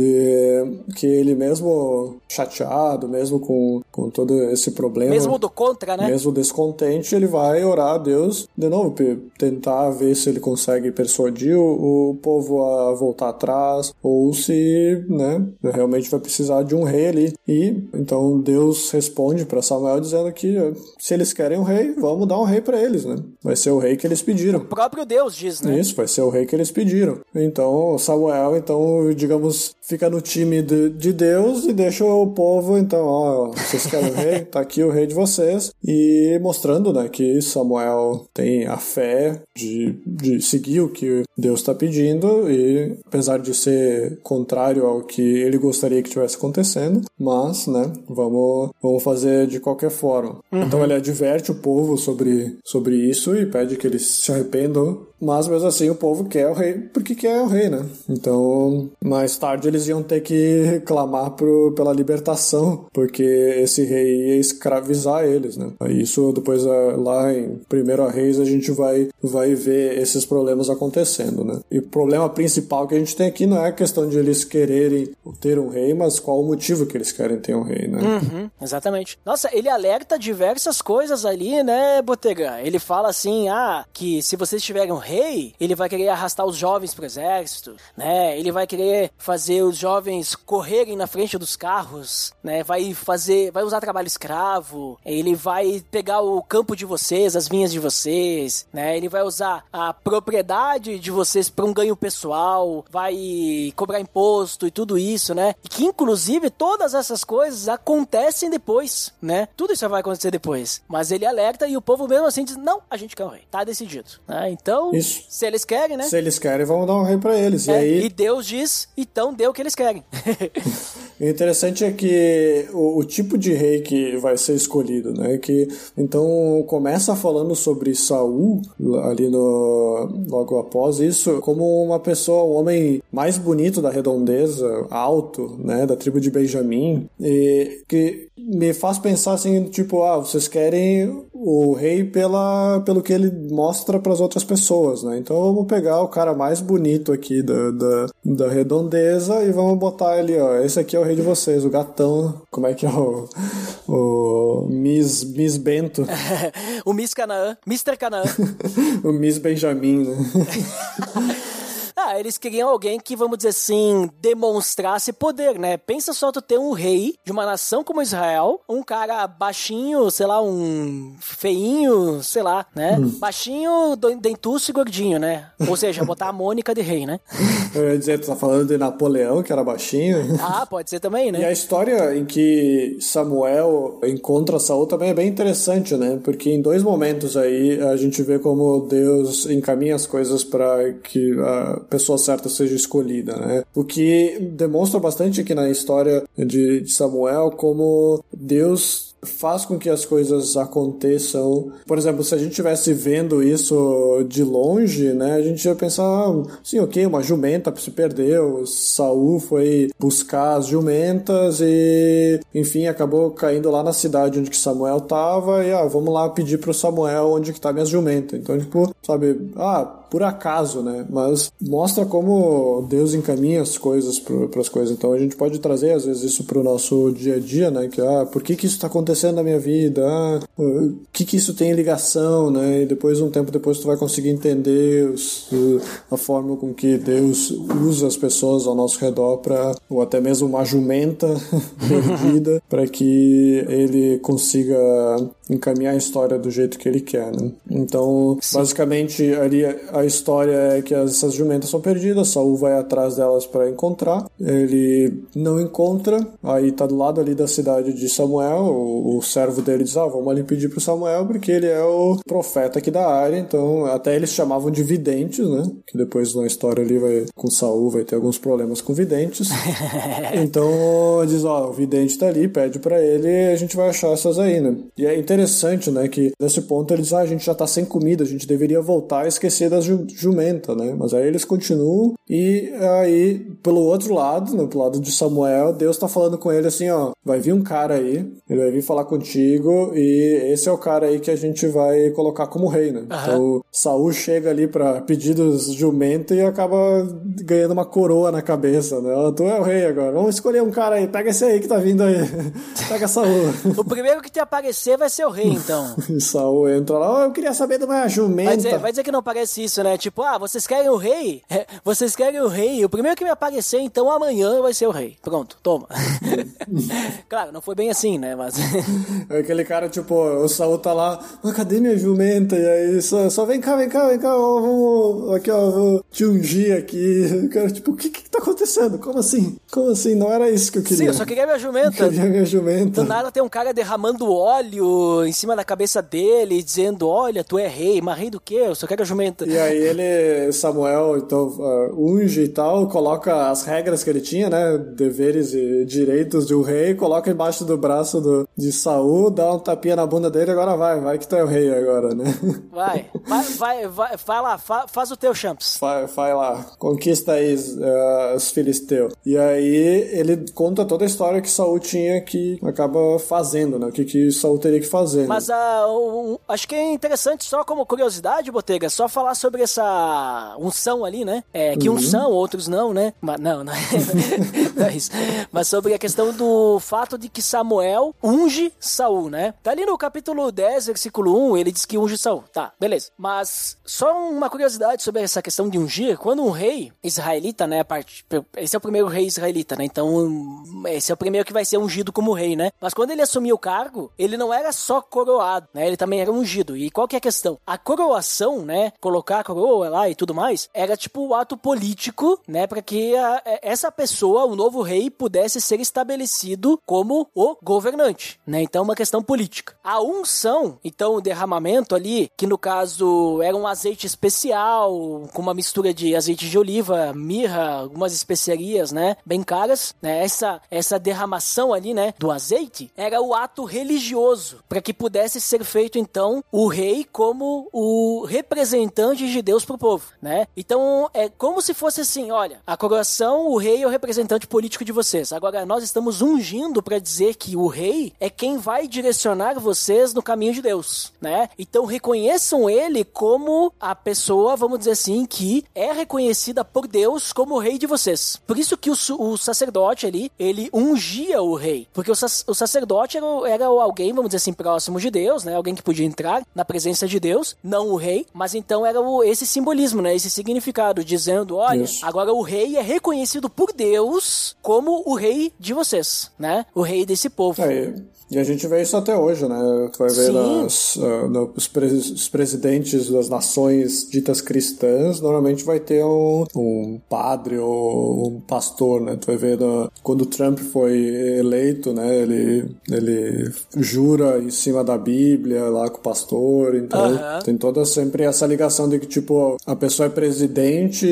onde que ele mesmo chateado, mesmo com, com todo esse problema, mesmo do contra, né? Mesmo descontente, ele vai orar a Deus de novo, tentar ver se ele consegue persuadir o, o povo a voltar atrás, ou se, né, realmente vai precisar de um rei ali. E então Deus responde para Samuel dizendo que se eles querem um rei, vamos dar um rei para eles, né? Vai ser o rei que eles pediram. O próprio Deus diz, né? Isso, vai ser o rei que eles pediram. Então Samuel, então, digamos, fica no time de, de Deus e deixa o povo, então, ó, vocês querem um rei? Tá aqui o rei de vocês. E mostrando, né, que Samuel tem a fé de, de seguir o que Deus está pedindo, e apesar de ser contrário ao que ele gostaria que tivesse acontecendo, mas, né, vamos, vamos fazer de qualquer forma. Uhum. Então ele adverte o povo sobre, sobre isso e pede que eles se arrependam, mas mesmo assim o povo quer o rei porque quer o rei, né? Então mais tarde eles iam ter que clamar pro, pela libertação, porque esse rei ia escravizar eles, né? Isso depois lá em primeiro Reis a gente vai, vai ver esses problemas acontecendo, né? E o problema principal que a gente tem aqui não é a questão de eles quererem ter um rei, mas qual o motivo que eles querem ter um rei, né? Uhum, exatamente. Nossa, ele alerta diversas coisas ali, né, Botega? Ele fala assim, ah, que se vocês tiverem um rei, ele vai querer arrastar os jovens pro exército, né? Ele vai querer fazer os jovens correrem na frente dos carros, né? Vai fazer, vai usar trabalho escravo, ele vai pegar o campo de vocês, as vinhas de vocês, né? Ele vai usar a propriedade de vocês para um ganho pessoal, vai cobrar imposto e tudo isso, né? E que inclusive todas essas coisas acontecem depois, né? Tudo isso vai acontecer depois. Mas ele alerta e o povo mesmo assim diz, não, a gente quer um rei, tá decidido, né? Então, isso. Se eles querem, né? Se eles querem, vamos dar um rei pra eles. É, e, aí... e Deus diz, então dê o que eles querem. O interessante é que o, o tipo de rei que vai ser escolhido, né? Que, então, começa falando sobre Saul, ali no, logo após isso, como uma pessoa, um homem mais bonito da redondeza, alto, né? Da tribo de Benjamim, e que me faz pensar assim, tipo, ah, vocês querem o rei pela, pelo que ele mostra para as outras pessoas, né? Então vamos pegar o cara mais bonito aqui da, da, da redondeza e vamos botar ele, ó, esse aqui é o rei de vocês, o gatão, como é que é o, o Miss, Miss Bento? O Miss Canaã, mister Canaã. O Miss Benjamin, né? Ah, eles queriam alguém que, vamos dizer assim, demonstrasse poder, né? Pensa só tu ter um rei de uma nação como Israel, um cara baixinho, sei lá, um feinho, sei lá, né? Hum. Baixinho, dentuço e gordinho, né? Ou seja, botar a Mônica de rei, né? Eu ia dizer, tu tá falando de Napoleão, que era baixinho. Ah, pode ser também, né? E a história em que Samuel encontra Saul também é bem interessante, né? Porque em dois momentos aí a gente vê como Deus encaminha as coisas para que a pessoa certa seja escolhida, né? O que demonstra bastante aqui na história de Samuel como Deus faz com que as coisas aconteçam. Por exemplo, se a gente estivesse vendo isso de longe, né, a gente ia pensar, ah, sim, ok, uma jumenta se perdeu, Saul foi buscar as jumentas e, enfim, acabou caindo lá na cidade onde que Samuel estava e, ah, vamos lá pedir pro Samuel onde que tá minhas jumentas. Então, tipo, sabe, ah, por acaso, né, mas mostra como Deus encaminha as coisas para as coisas. Então a gente pode trazer, às vezes, isso pro nosso dia a dia, né, que, ah, por que que isso tá acontecendo na minha vida, ah, o que que isso tem ligação, né, e depois, um tempo depois, tu vai conseguir entender os, a forma com que Deus usa as pessoas ao nosso redor para, ou até mesmo uma jumenta perdida, para que ele consiga encaminhar a história do jeito que ele quer, né. Então, sim, basicamente, ali a história é que essas jumentas são perdidas, Saul vai atrás delas para encontrar, ele não encontra, aí tá do lado ali da cidade de Samuel, o, o servo dele diz, ah, vamos ali pedir pro Samuel, porque ele é o profeta aqui da área, então até eles chamavam de videntes, né, que depois na história ali vai, com Saul vai ter alguns problemas com videntes, então diz, ó, o vidente tá ali, pede pra ele e a gente vai achar essas aí, né, e é interessante, né, que nesse ponto ele diz, ah, a gente já tá sem comida, a gente deveria voltar a esquecer das ju- jumentas, né, mas aí eles continuam. E aí, pelo outro lado, né, pelo lado de Samuel, Deus tá falando com ele assim, ó, vai vir um cara aí, ele vai vir falar contigo e esse é o cara aí que a gente vai colocar como rei, né? Uhum. Então, Saul chega ali pra pedir dos jumentos e acaba ganhando uma coroa na cabeça, né? Ó, tu é o rei agora, vamos escolher um cara aí, pega esse aí que tá vindo aí, pega Saul. O primeiro que te aparecer vai ser o rei, então. E Saul entra lá, ó, oh, eu queria saber de uma jumenta. Vai dizer, vai dizer que não parece isso, né? Tipo, ah, vocês querem o rei? É, vocês querem o rei? O primeiro que me aparecer, então amanhã vai ser o rei. Pronto, toma. Claro, não foi bem assim, né? Mas... Aquele cara, tipo, o Saul tá lá, mas cadê minha jumenta? E aí, só, só vem cá, vem cá, vem cá, ó, vamos, aqui, ó, vou te ungir aqui. O cara, tipo, o que que tá acontecendo? Como assim? Como assim? Não era isso que eu queria. Sim, eu só queria minha jumenta. Eu queria minha jumenta. Do nada tem um cara derramando óleo em cima da cabeça dele, dizendo, olha, tu é rei. Mas rei do quê? Eu só quero a jumenta. E aí ele, Samuel, então, uh, unge e tal, coloca as regras que ele tinha, né, deveres e direitos de um rei, coloca embaixo do braço do, de Saul, dá um tapinha na bunda dele, agora vai, vai que tu é o rei agora, né? Vai, vai, vai, vai, vai lá, fa, faz o teu champs. Vai, vai lá, conquista aí uh, os filisteus. E aí ele conta toda a história que Saul tinha que acaba fazendo, né, o que que Saul teria que fazer. Mas né? uh, um, acho que é interessante, só como curiosidade, Botega, só falar sobre essa unção ali, né? É, que uhum. uns são, outros não, né? Mas, não, não é, não é isso. Mas sobre a questão do fato de que Samuel unge Saul, né? Tá ali no capítulo dez, versículo um, ele diz que unge Saul. Tá, beleza. Mas só uma curiosidade sobre essa questão de ungir. Quando um rei israelita, né? A parte, esse é o primeiro rei israelita, né? Então, esse é o primeiro que vai ser ungido como rei, né? Mas quando ele assumiu o cargo, ele não era só coroado, né? Ele também era ungido. E qual que é a questão? A coroação, né? Colocar a coroa lá e tudo mais, era tipo o ato político, né? Para que a, essa pessoa, o novo rei, pudesse ser estabelecido como o governante, né? Então, uma questão política. A unção, então, o derramamento ali, que no caso era um azeite especial, com uma mistura de azeite de oliva, mirra, algumas especiarias, né? Bem caras, né? Essa, essa derramação ali, né? Do azeite, era o ato religioso, para que pudesse ser feito, então, o rei como o representante de Deus pro povo, né? Então, é como se fosse assim, olha, a coroação, o rei é o representante político de vocês. Agora, nós estamos ungindo para dizer que o rei é quem vai direcionar vocês no caminho de Deus, né? Então, reconheçam ele como a pessoa, vamos dizer assim, que é reconhecida por Deus como o rei de vocês. Por isso que o, o sacerdote ali, ele ungia o rei, porque o, sac, o sacerdote era, era alguém, vamos dizer assim, próximo de Deus, né? Alguém que podia entrar na presença de Deus, não o rei, mas então era o, esse simbolismo, né? Esse significado, dizendo, olha, isso. Agora o rei é reconhecido por Deus como o rei de vocês, né? O rei desse povo. É, e a gente vê isso até hoje, né? Tu vai ver nas, uh, no, os, pre os presidentes das nações ditas cristãs, normalmente vai ter um, um padre ou um pastor, né? Tu vai ver no, quando o Trump foi eleito, né? Ele, ele jura em cima da Bíblia lá com o pastor, então uh-huh. tem toda sempre essa ligação de que, tipo, a pessoa é presidente,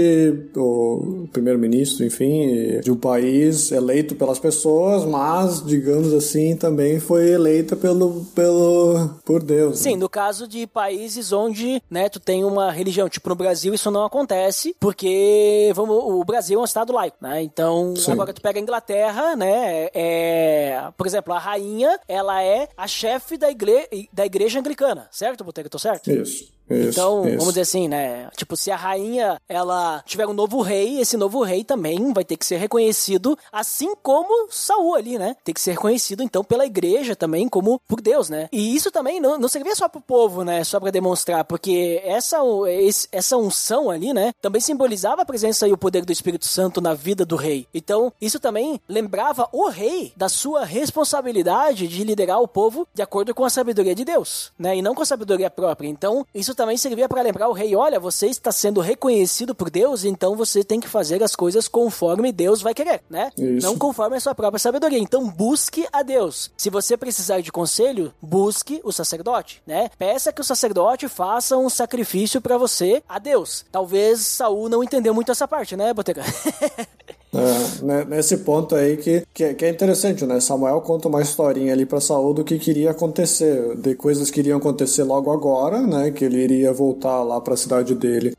ou primeiro-ministro, enfim, de um país eleito pelas pessoas, mas, digamos assim, também foi eleita pelo, pelo, por Deus. Sim, né? No caso de países onde, né, tu tem uma religião, tipo no Brasil isso não acontece, porque vamos, o Brasil é um estado laico, né, então Sim. agora tu pega a Inglaterra, né, é, por exemplo, a rainha, ela é a chefe da, igre, da igreja anglicana, certo, Botega, tô certo? Isso. Isso, então, isso. vamos dizer assim, né? Tipo, se a rainha, ela tiver um novo rei, esse novo rei também vai ter que ser reconhecido, assim como Saul ali, né? Tem que ser reconhecido, então, pela igreja também, como por Deus, né? E isso também não, não servia só pro povo, né? Só pra demonstrar, porque essa, essa unção ali, né? Também simbolizava a presença e o poder do Espírito Santo na vida do rei. Então, isso também lembrava o rei da sua responsabilidade de liderar o povo de acordo com a sabedoria de Deus, né? E não com a sabedoria própria. Então, isso também servia para lembrar o rei, olha, você está sendo reconhecido por Deus, então você tem que fazer as coisas conforme Deus vai querer, né? Isso. Não conforme a sua própria sabedoria. Então busque a Deus. Se você precisar de conselho, busque o sacerdote, né? Peça que o sacerdote faça um sacrifício para você a Deus. Talvez Saul não entendeu muito essa parte, né, Botega? É, nesse ponto aí que, que, que é interessante, né? Samuel conta uma historinha ali pra Saul do que queria acontecer, de coisas que iriam acontecer logo agora, né? Que ele iria voltar lá pra cidade dele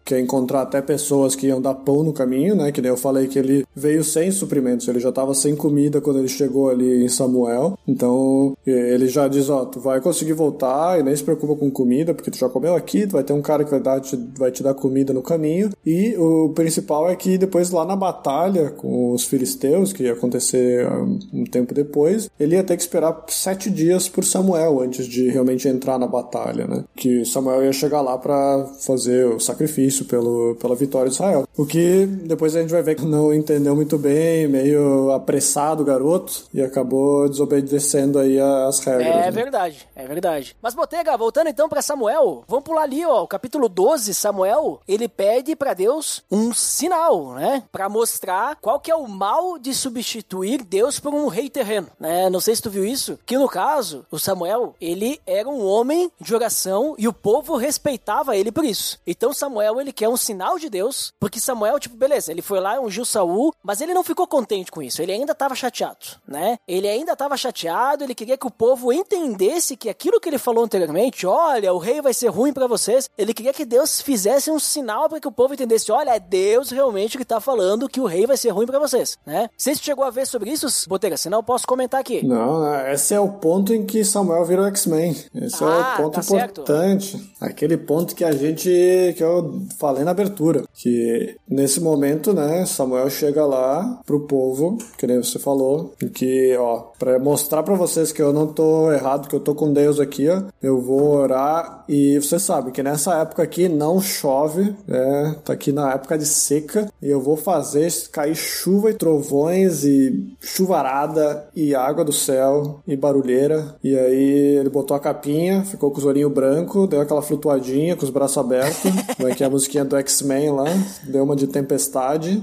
quer encontrar até pessoas que iam dar pão no caminho, né? Que nem eu falei que ele veio sem suprimentos, ele já estava sem comida quando ele chegou ali em Samuel. Então ele já diz, ó, tu vai conseguir voltar e nem se preocupa com comida, porque tu já comeu aqui, tu vai ter um cara que vai, dar, te, vai te dar comida no caminho. E o principal é que depois lá na batalha com os filisteus, que ia acontecer um tempo depois, ele ia ter que esperar sete dias por Samuel antes de realmente entrar na batalha, né? Que Samuel ia chegar lá para fazer o sacrifício pelo, pela vitória de Israel. O que depois a gente vai ver que não entendeu muito bem, meio apressado o garoto, e acabou desobedecendo aí as regras. É né? verdade, é verdade. Mas Botega, voltando então para Samuel, vamos pular ali, ó, o capítulo doze, Samuel, ele pede para Deus um sinal, né? Para mostrar qual que é o mal de substituir Deus por um rei terreno, né? Não sei se tu viu isso, que no caso, o Samuel, ele era um homem de oração e o povo respeitava ele por isso. Então Samuel, ele quer um sinal de Deus, porque Samuel, tipo, beleza, ele foi lá e ungiu Saul, mas ele não ficou contente com isso, ele ainda estava chateado, né? Ele ainda estava chateado, ele queria que o povo entendesse que aquilo que ele falou anteriormente, olha, o rei vai ser ruim para vocês, ele queria que Deus fizesse um sinal para que o povo entendesse, olha, é Deus realmente que tá falando que o rei vai ser ruim para vocês, né? Você chegou a ver sobre isso, Botega? Senão eu posso comentar aqui. Não, esse é o ponto em que Samuel virou X-Men. Esse Ah, é o ponto tá importante. certo. Aquele ponto que a gente, que eu falei na abertura, que nesse momento, né, Samuel chega lá pro povo, que nem você falou, que, ó, pra mostrar pra vocês que eu não tô errado, que eu tô com Deus aqui, ó, eu vou orar, e você sabe que nessa época aqui não chove, né, tá aqui na época de seca, e eu vou fazer cair chuva e trovões e chuvarada e água do céu e barulheira, e aí ele botou a capinha, ficou com os olhinhos brancos, deu aquela flutuadinha com os braços abertos, como é que é a musiquinha do X-Men lá, deu uma de tempestade,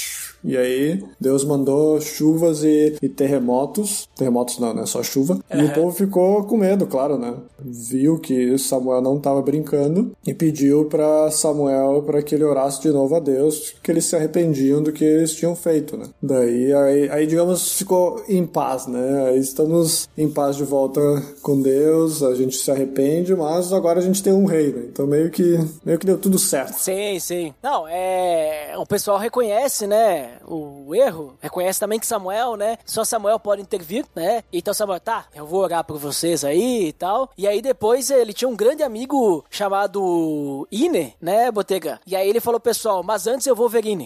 e aí Deus mandou chuvas e, e terremotos, terremotos não, né, só chuva, uhum. E o povo ficou com medo, claro, né, viu que Samuel não estava brincando e pediu para Samuel para que ele orasse de novo a Deus, que eles se arrependiam do que eles tinham feito, né. Daí, aí, aí digamos, ficou em paz, né, aí estamos em paz de volta com Deus, a gente se arrepende, mas agora a gente tem um rei, né, então meio que, meio que deu tudo certo. Sim, sim. Não, é... o pessoal reconhece, né, o erro, reconhece também que Samuel, né, só Samuel pode intervir, né, então Samuel, tá, eu vou orar por vocês aí e tal, e aí depois ele tinha um grande amigo chamado Ine, né, Botega, e aí ele falou, pessoal, mas antes eu vou ver Ine.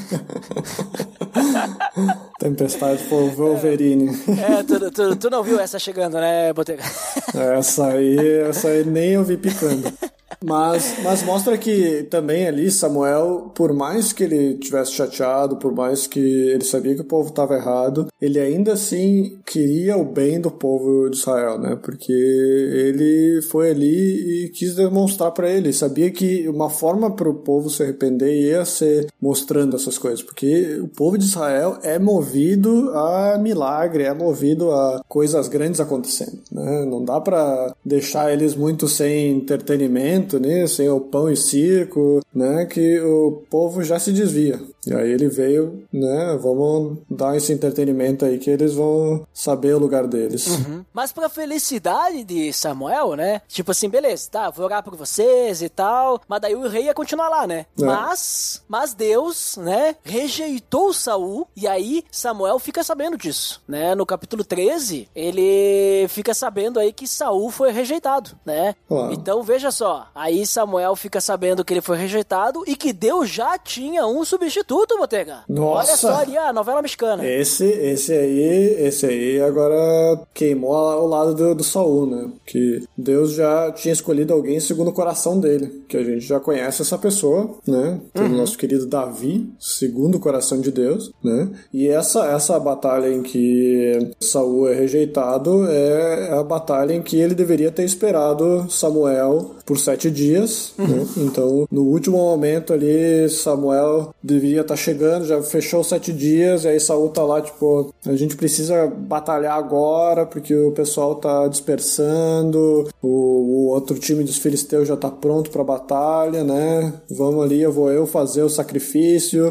Tempestade por Wolverine. É, tu, tu, tu não viu essa chegando, né, Botega? Essa aí, essa aí nem eu vi picando. Mas, mas mostra que também ali Samuel, por mais que ele tivesse chateado, por mais que ele sabia que o povo estava errado, ele ainda assim queria o bem do povo de Israel, né? Porque ele foi ali e quis demonstrar para ele, sabia que uma forma para o povo se arrepender ia ser mostrando essas coisas, porque o povo de Israel é movido a milagre, é movido a coisas grandes acontecendo, né? Não dá para deixar eles muito sem entretenimento, né, sem o pão e circo, né, que o povo já se desvia. E aí ele veio, né, vamos dar esse entretenimento aí que eles vão saber o lugar deles. Uhum. Mas pra felicidade de Samuel, né, tipo assim, beleza, tá, vou orar por vocês e tal, mas daí o rei ia continuar lá, né, é. mas, mas Deus, né, rejeitou Saul, e aí Samuel fica sabendo disso, né, no capítulo treze, ele fica sabendo aí que Saul foi rejeitado, né, claro. Então veja só, aí Samuel fica sabendo que ele foi rejeitado e que Deus já tinha um substituto, Botega. Nossa. Olha só ali a novela mexicana. Esse, esse aí, esse aí agora queimou o lado do, do Saul, né? Que Deus já tinha escolhido alguém segundo o coração dele, que a gente já conhece essa pessoa, né? Tem uhum. o nosso querido Davi, segundo o coração de Deus, né? E essa, essa batalha em que Saul é rejeitado é a batalha em que ele deveria ter esperado Samuel por sete dias, uhum. né? Então, no último momento ali, Samuel devia tá chegando, já fechou sete dias, e aí Saul tá lá, tipo, a gente precisa batalhar agora, porque o pessoal tá dispersando, o, o outro time dos filisteus já tá pronto pra batalha, né? Vamos ali, eu vou eu fazer o sacrifício,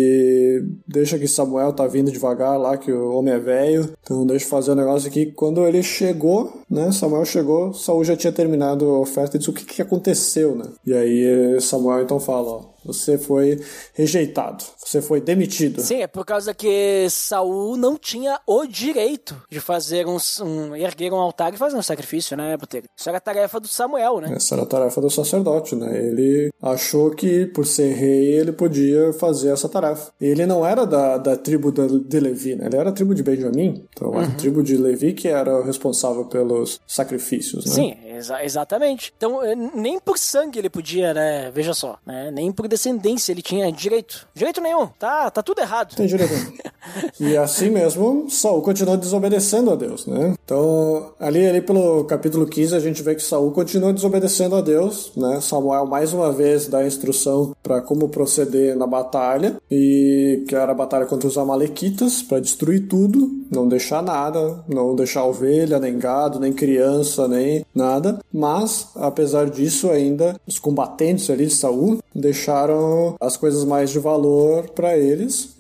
e deixa que Samuel tá vindo devagar lá, que o homem é velho, então deixa eu fazer o um negócio aqui. Quando ele chegou, né, Samuel chegou, Saul já tinha terminado a oferta e disse o que que aconteceu, né? E aí Samuel então fala, ó, você foi rejeitado, você foi demitido. Sim, é por causa que Saul não tinha o direito de fazer um, um erguer um altar e fazer um sacrifício, né, Botelho? Isso era a tarefa do Samuel, né? Essa era a tarefa do sacerdote, né? Ele achou que, por ser rei, ele podia fazer essa tarefa. Ele não era da, da tribo de Levi, né? Ele era a tribo de Benjamim. Então, uhum. a tribo de Levi que era responsável pelos sacrifícios, né? Sim, exa- exatamente. Então, nem por sangue ele podia, né? Veja só, né? Nem por descendência ele tinha direito. Direito nenhum. Tá, tá tudo errado. Tem direito. E assim mesmo, Saul continuou desobedecendo a Deus, né? Então, ali, ali pelo capítulo quinze, a gente vê que Saul continua desobedecendo a Deus, né? Samuel, mais uma vez, dá instrução para como proceder na batalha, e que era a batalha contra os amalequitas, para destruir tudo, não deixar nada, não deixar ovelha, nem gado, nem criança, nem nada. Mas, apesar disso, ainda, os combatentes ali de Saul deixaram as coisas mais de valor para eles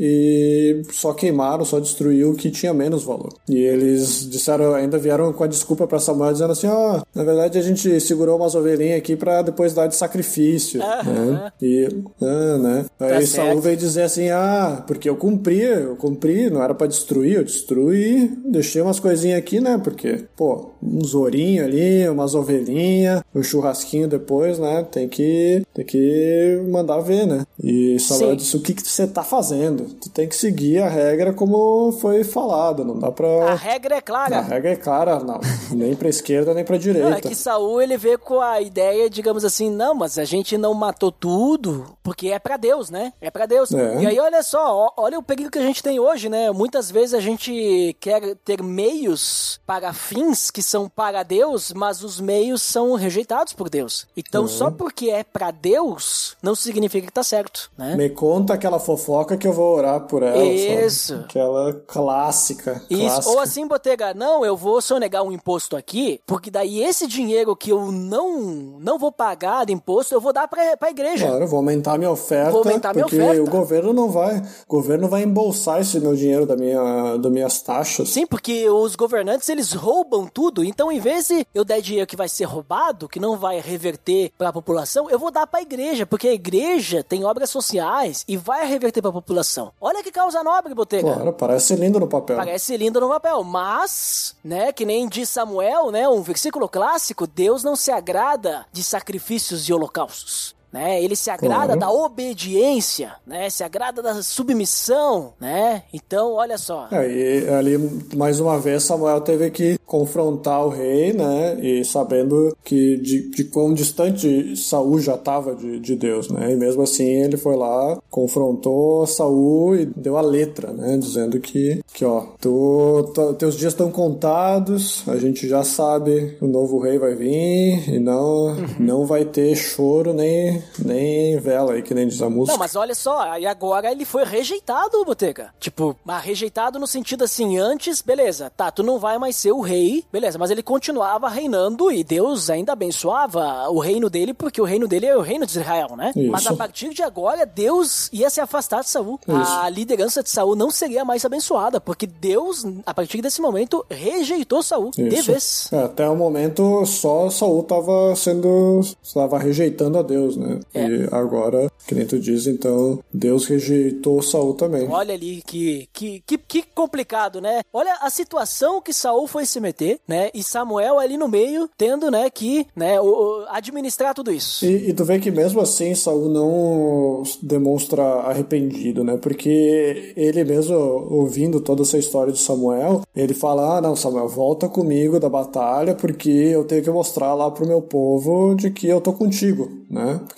e só queimaram, só destruiu o que tinha menos valor. E eles disseram, ainda vieram com a desculpa para Samuel, dizendo assim, ó, oh, na verdade a gente segurou umas ovelhinhas aqui para depois dar de sacrifício, ah, né? Ah. E, ah, né? Aí Tá Saul certo. veio dizer assim, ah, porque eu cumpri, eu cumpri, não era para destruir, eu destruí, deixei umas coisinhas aqui, né? Porque, pô, uns ourinhos ali, umas ovelhinhas, um churrasquinho depois, né? Tem que, tem que mandar ver, né? E Samuel Sim. disse, o que que você tá fazendo? Tu tem que seguir a regra como foi falado, não dá pra... A regra é clara. A regra é clara, não. Nem pra esquerda, nem pra direita. Não, é que Saul, ele veio com a ideia, digamos assim, não, mas a gente não matou tudo, porque é pra Deus, né? É pra Deus. É. E aí, olha só, ó, olha o perigo que a gente tem hoje, né? Muitas vezes a gente quer ter meios para fins que são para Deus, mas os meios são rejeitados por Deus. Então, Uhum. só porque é pra Deus, não significa que tá certo, né? Me conta aquela fofoca que eu vou orar por ela. Isso. Sabe? Aquela clássica. Isso, clássica. ou assim, Botega, não, eu vou sonegar um imposto aqui, porque daí esse dinheiro que eu não, não vou pagar de imposto, eu vou dar pra, pra igreja. Claro, eu vou aumentar minha oferta, Vou aumentar minha porque oferta. o governo não vai, o governo vai embolsar esse meu dinheiro da minha, das minhas taxas. Sim, porque os governantes, eles roubam tudo, então em vez de eu dar dinheiro que vai ser roubado, que não vai reverter pra população, eu vou dar pra igreja, porque a igreja tem obras sociais e vai reverter pra população. Olha que causa nobre, Botega. Claro, parece lindo no papel. Parece lindo no papel, mas, né, que nem diz Samuel, né, um versículo clássico, Deus não se agrada de sacrifícios e holocaustos. Né? Ele se agrada Claro. da obediência, né? Se agrada da submissão, né? Então, olha só. É, e ali, mais uma vez, Samuel teve que confrontar o rei, né? E sabendo que de, de quão distante Saul já estava de, de Deus, né? E mesmo assim, ele foi lá, confrontou Saul e deu a letra, né? Dizendo que, que ó, tu, tu, teus dias estão contados, a gente já sabe que o novo rei vai vir e não, uhum. não vai ter choro nem nem vela aí, que nem diz a música. Não, mas olha só, e agora ele foi rejeitado, Botega. Tipo, mas rejeitado no sentido assim, antes, beleza, tá, tu não vai mais ser o rei, beleza, mas ele continuava reinando e Deus ainda abençoava o reino dele, porque o reino dele é o reino de Israel, né? Isso. Mas a partir de agora, Deus ia se afastar de Saul. Isso. A liderança de Saul não seria mais abençoada, porque Deus, a partir desse momento, rejeitou Saul de Isso. vez. É, até o momento, só Saul tava sendo, estava rejeitando a Deus, né? É. E agora, que nem tu diz, então, Deus rejeitou Saul também. Olha ali que, que, que, que complicado, né? Olha a situação que Saul foi se meter, né? E Samuel ali no meio, tendo, né, que né, o, o, administrar tudo isso. E, e tu vê que mesmo assim Saul não demonstra arrependido, né? Porque ele mesmo, ouvindo toda essa história de Samuel, ele fala, ah, não, Samuel, volta comigo da batalha, porque eu tenho que mostrar lá pro meu povo de que eu tô contigo, né? Porque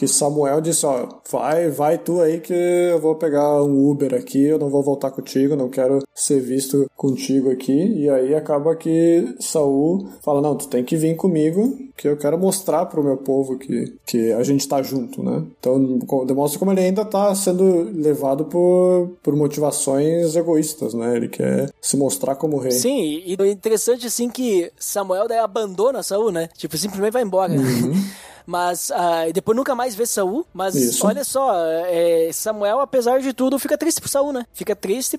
que Samuel disse, ó, vai, vai tu aí que eu vou pegar um Uber aqui, eu não vou voltar contigo, não quero ser visto contigo aqui. E aí acaba que Saul fala, não, tu tem que vir comigo, que eu quero mostrar pro meu povo que, que a gente tá junto, né? Então demonstra como ele ainda tá sendo levado por, por motivações egoístas, né? Ele quer se mostrar como rei. Sim, e o interessante assim que Samuel daí abandona Saul, né? Tipo, simplesmente vai embora. Uhum. Mas uh, depois nunca mais vê Saul. Mas Isso. olha só, é, Samuel, apesar de tudo, fica triste por Saul, né? Fica triste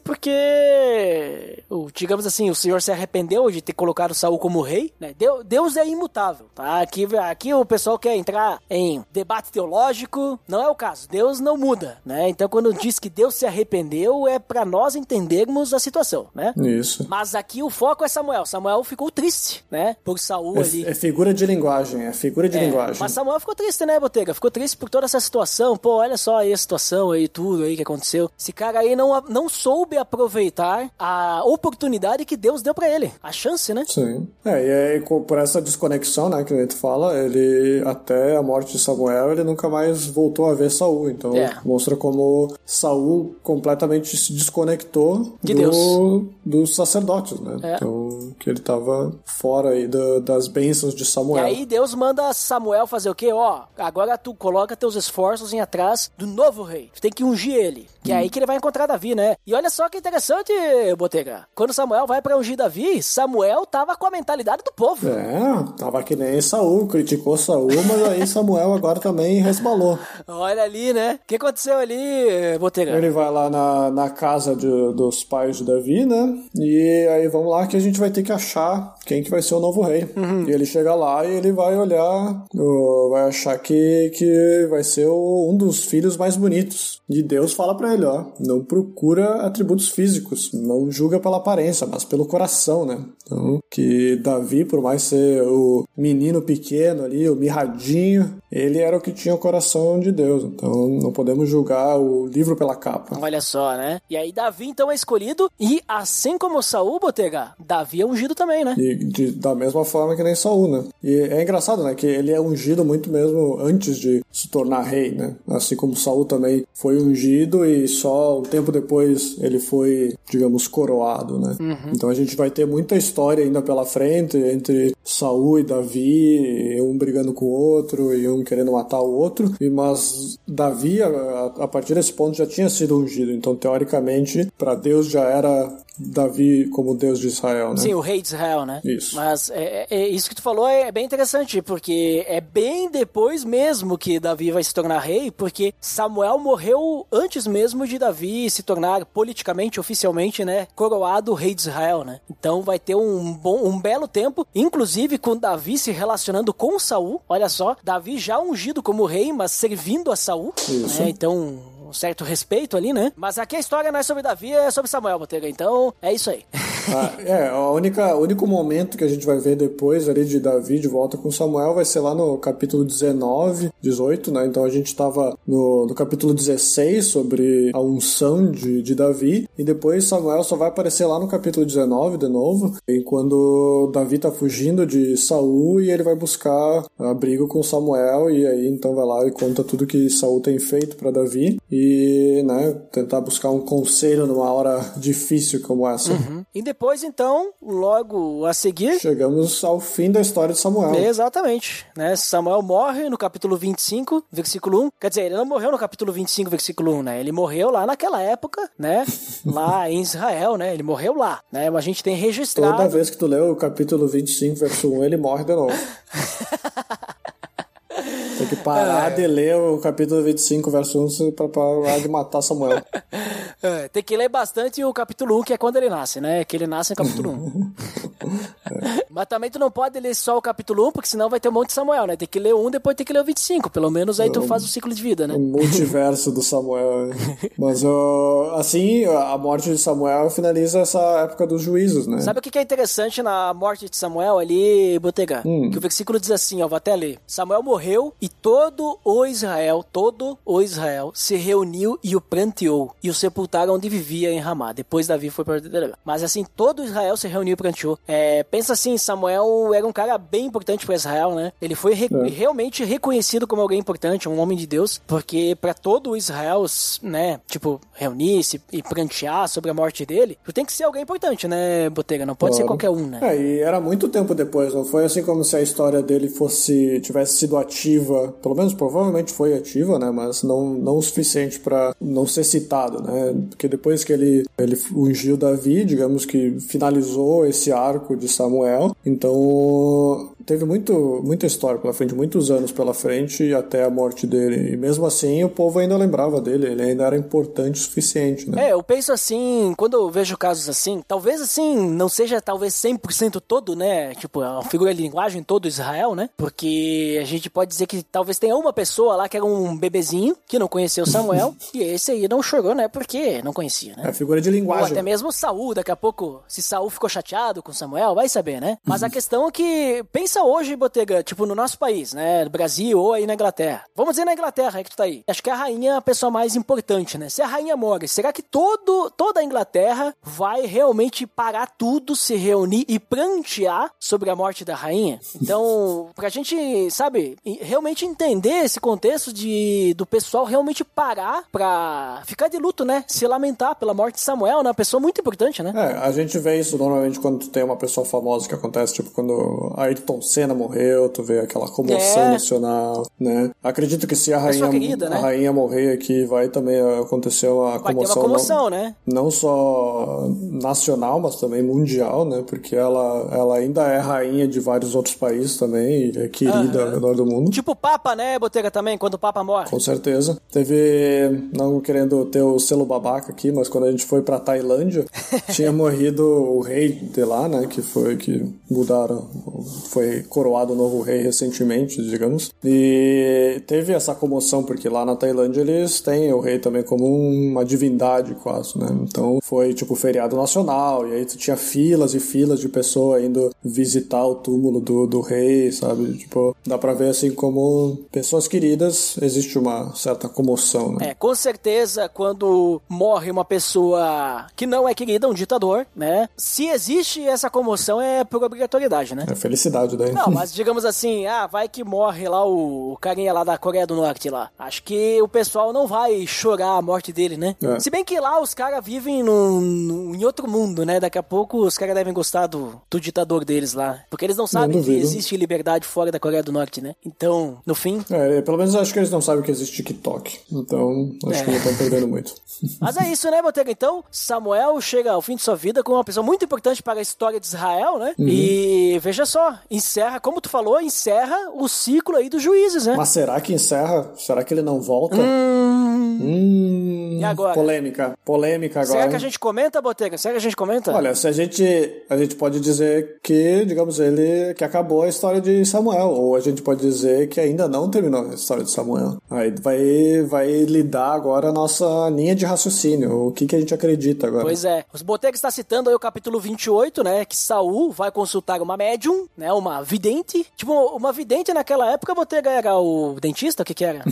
porque, o, digamos assim, o Senhor se arrependeu de ter colocado Saul como rei, né? Deus, Deus é imutável, tá? Aqui, aqui o pessoal quer entrar em debate teológico, não é o caso. Deus não muda, né? Então quando diz que Deus se arrependeu, é pra nós entendermos a situação, né? Isso. Mas aqui o foco é Samuel. Samuel ficou triste, né? Por Saul É, ali. é figura de linguagem, é figura de É, linguagem. Mas Samuel ficou triste, né, Botega? Ficou triste por toda essa situação. Pô, olha só aí a situação aí, tudo aí que aconteceu. Esse cara aí não, não soube aproveitar a oportunidade que Deus deu pra ele. A chance, né? Sim. É, e aí por essa desconexão, né, que a gente fala, ele, até a morte de Samuel, ele nunca mais voltou a ver Saul. Então, É. mostra como Saul completamente se desconectou De do, Deus. dos sacerdotes, né? É. Então, que ele tava fora aí da, das bênçãos de E Samuel. aí Deus manda Samuel fazer o quê? Ó, agora tu coloca teus esforços em atrás do novo rei. Tu tem que ungir ele. Que é aí que ele vai encontrar Davi, né? E olha só que interessante, Botega. Quando Samuel vai pra ungir Davi, Samuel tava com a mentalidade do povo. É, tava que nem Saul, criticou Saul, mas aí Samuel agora também resbalou. Olha ali, né? O que aconteceu ali, Botega? Ele vai lá na, na casa de, dos pais de Davi, né? E aí vamos lá que a gente vai ter que achar quem que vai ser o novo rei. Uhum. E ele chega lá e ele vai olhar, uh, vai achar que, que vai ser o, um dos filhos mais bonitos. E Deus fala pra ele, ó, não procura atributos físicos, não julga pela aparência, mas pelo coração, né? Então, que Davi, por mais ser o menino pequeno ali, o mirradinho, ele era o que tinha o coração de Deus. Então, não podemos julgar o livro pela capa. Olha só, né? E aí Davi, então, é escolhido e, assim como Saul, Botega, Davi é ungido também, né? E de, da mesma forma que nem Saul, né? E é engraçado, né? Que ele é ungido muito mesmo antes de se tornar rei, né? Assim como Saul também foi ungido e só um tempo depois ele foi, digamos, coroado, né? Uhum. Então a gente vai ter muita história ainda pela frente entre Saul e Davi, um brigando com o outro e um querendo matar o outro, e mas Davi, a, a partir desse ponto, já tinha sido ungido. Então, teoricamente, para Deus já era Davi como Deus de Israel, né? Sim, o rei de Israel, né? Isso. Mas é, é, isso que tu falou é bem interessante, porque é bem depois mesmo que Davi vai se tornar rei, porque Samuel morreu antes mesmo de Davi se tornar politicamente, oficialmente, né, coroado rei de Israel, né? Então vai ter um bom, um belo tempo, inclusive com Davi se relacionando com Saul. Olha só, Davi já ungido como rei, mas servindo a Saul. Isso. Né? Então, um certo respeito ali, né? Mas aqui a história não é sobre Davi, é sobre Samuel, Botega. Então, é isso aí. Ah, é, a única, o único momento que a gente vai ver depois ali de Davi de volta com Samuel vai ser lá no capítulo dezenove, dezoito, né? Então a gente tava no, no capítulo dezesseis sobre a unção de, de Davi, e depois Samuel só vai aparecer lá no capítulo dezenove de novo, e quando Davi tá fugindo de Saul e ele vai buscar abrigo com Samuel, e aí então vai lá e conta tudo que Saul tem feito pra Davi, e, né, tentar buscar um conselho numa hora difícil como essa. Uhum. E depois, então, logo a seguir... Chegamos ao fim da história de Samuel. Exatamente, né? Samuel morre no capítulo vinte e cinco, versículo um. Quer dizer, ele não morreu no capítulo vinte e cinco, versículo um, né? Ele morreu lá naquela época, né? Lá em Israel, né? Ele morreu lá, né? Mas a gente tem registrado... Toda vez que tu lê o capítulo vinte e cinco, verso um, ele morre de novo. Tem que parar é. de ler o capítulo vinte e cinco, verso um, pra parar de matar Samuel. É, tem que ler bastante o capítulo um, que é quando ele nasce, né? Que ele nasce no capítulo um. É. Mas também tu não pode ler só o capítulo um, porque senão vai ter um monte de Samuel, né? Tem que ler um, depois tem que ler o vinte e cinco. Pelo menos aí tu o, faz o ciclo de vida, né? O multiverso do Samuel. Mas, uh, assim, a morte de Samuel finaliza essa época dos juízos, né? Sabe o que é interessante na morte de Samuel ali, Botega? Hum. Que o versículo diz assim, ó, vou até ler. Samuel morreu e todo o Israel, todo o Israel se reuniu e o pranteou e o sepultaram onde vivia em Ramá. Depois Davi foi para... Mas assim, todo Israel se reuniu e pranteou. É, pensa pensa assim, Samuel era um cara bem importante para Israel, né? Ele foi re- é. realmente reconhecido como alguém importante, um homem de Deus, porque para todo o Israel, né, tipo, reunir-se e prantear sobre a morte dele, tem que ser alguém importante, né, Botega? Não pode claro. ser qualquer um, né? É, e era muito tempo depois, não foi assim como se a história dele fosse, tivesse sido ativa, pelo menos provavelmente foi ativa, né, mas não, não o suficiente para não ser citado, né, porque depois que ele, ele ungiu Davi, digamos que finalizou esse arco de Samuel, então teve muito, muita história pela frente, muitos anos pela frente até a morte dele, e mesmo assim o povo ainda lembrava dele, ele ainda era importante o suficiente, né? É, eu penso assim, quando eu vejo casos assim, talvez assim, não seja talvez cem por cento todo, né, tipo, a figura de linguagem todo Israel, né, porque a gente pode dizer que talvez tenha uma pessoa lá que era um bebezinho, que não conheceu Samuel, e esse aí não chorou, né, porque não conhecia, né? É a figura de linguagem. Ou até mesmo Saul, daqui a pouco, se Saul ficou chateado com Samuel, vai saber, né? Mas a questão é que, pensa hoje, Botega, tipo, no nosso país, né, no Brasil ou aí na Inglaterra. Vamos dizer na Inglaterra, é que tu tá aí. Acho que a rainha é a pessoa mais importante, né? Se a rainha morre, será que todo, toda a Inglaterra vai realmente parar tudo, se reunir e prantear sobre a morte da rainha? Então, pra gente, sabe, realmente entender esse contexto de, do pessoal realmente parar pra ficar de luto, né? Se lamentar pela morte de Samuel, né? Uma pessoa muito importante, né? É, a gente vê isso normalmente quando tu tem uma pessoa famosa que acontece, tipo, quando a Ayrton Senna morreu, tu vê aquela comoção é. nacional, né? Acredito que se a rainha, querida, né? a rainha morrer aqui, vai também acontecer uma vai comoção. Ter uma comoção, não, né? Não só nacional, mas também mundial, né? Porque ela, ela ainda é rainha de vários outros países também, e é querida uhum. ao redor do mundo. Tipo o Papa, né, Botega, também, quando o Papa morre. Com certeza. Teve, não querendo ter o selo babaca aqui, mas quando a gente foi pra Tailândia, tinha morrido o rei de lá, né? Que foi, que mudaram, foi coroado o novo rei recentemente, digamos. E teve essa comoção, porque lá na Tailândia eles têm o rei também como uma divindade quase, né? Então foi tipo feriado nacional, e aí tu tinha filas e filas de pessoas indo visitar o túmulo do, do rei, sabe? Tipo, dá pra ver assim como pessoas queridas, existe uma certa comoção, né? É, com certeza quando morre uma pessoa que não é querida, um ditador, né? Se existe essa comoção é por obrigatoriedade, né? É felicidade daí. Não, mas digamos assim, ah, vai que morre lá o, o carinha lá da Coreia do Norte lá. Acho que o pessoal não vai chorar a morte dele, né? É. Se bem que lá os caras vivem no, no, em outro mundo, né? Daqui a pouco os caras devem gostar do, do ditador deles lá. Porque eles não sabem não que existe liberdade fora da Coreia do Norte, né? Então, no fim... É, pelo menos acho que eles não sabem que existe TikTok. Então, acho é. que não estão perdendo muito. Mas é isso, né, Botega? Então, Samuel chega ao fim de sua vida como uma pessoa muito importante para a história de Israel, né? Uhum. E veja só, encerra, como tu falou, encerra o ciclo aí dos juízes, né? Mas será que encerra? Será que ele não volta? Hum... Hum... E agora? Polêmica. Polêmica agora. Será que a gente comenta, Botega? Será que a gente comenta? Olha, se a gente... A gente pode dizer que, digamos, ele... Que acabou a história de Samuel. Ou a gente pode dizer que ainda não terminou a história de Samuel. Aí vai, vai lidar agora a nossa linha de raciocínio. O que, que a gente acredita agora. Pois é. O Botega está citando aí o capítulo vinte e oito, né? Que Saul vai consultar uma médium, né? Uma vidente. Tipo, uma vidente naquela época, Botega era o dentista? O que que era?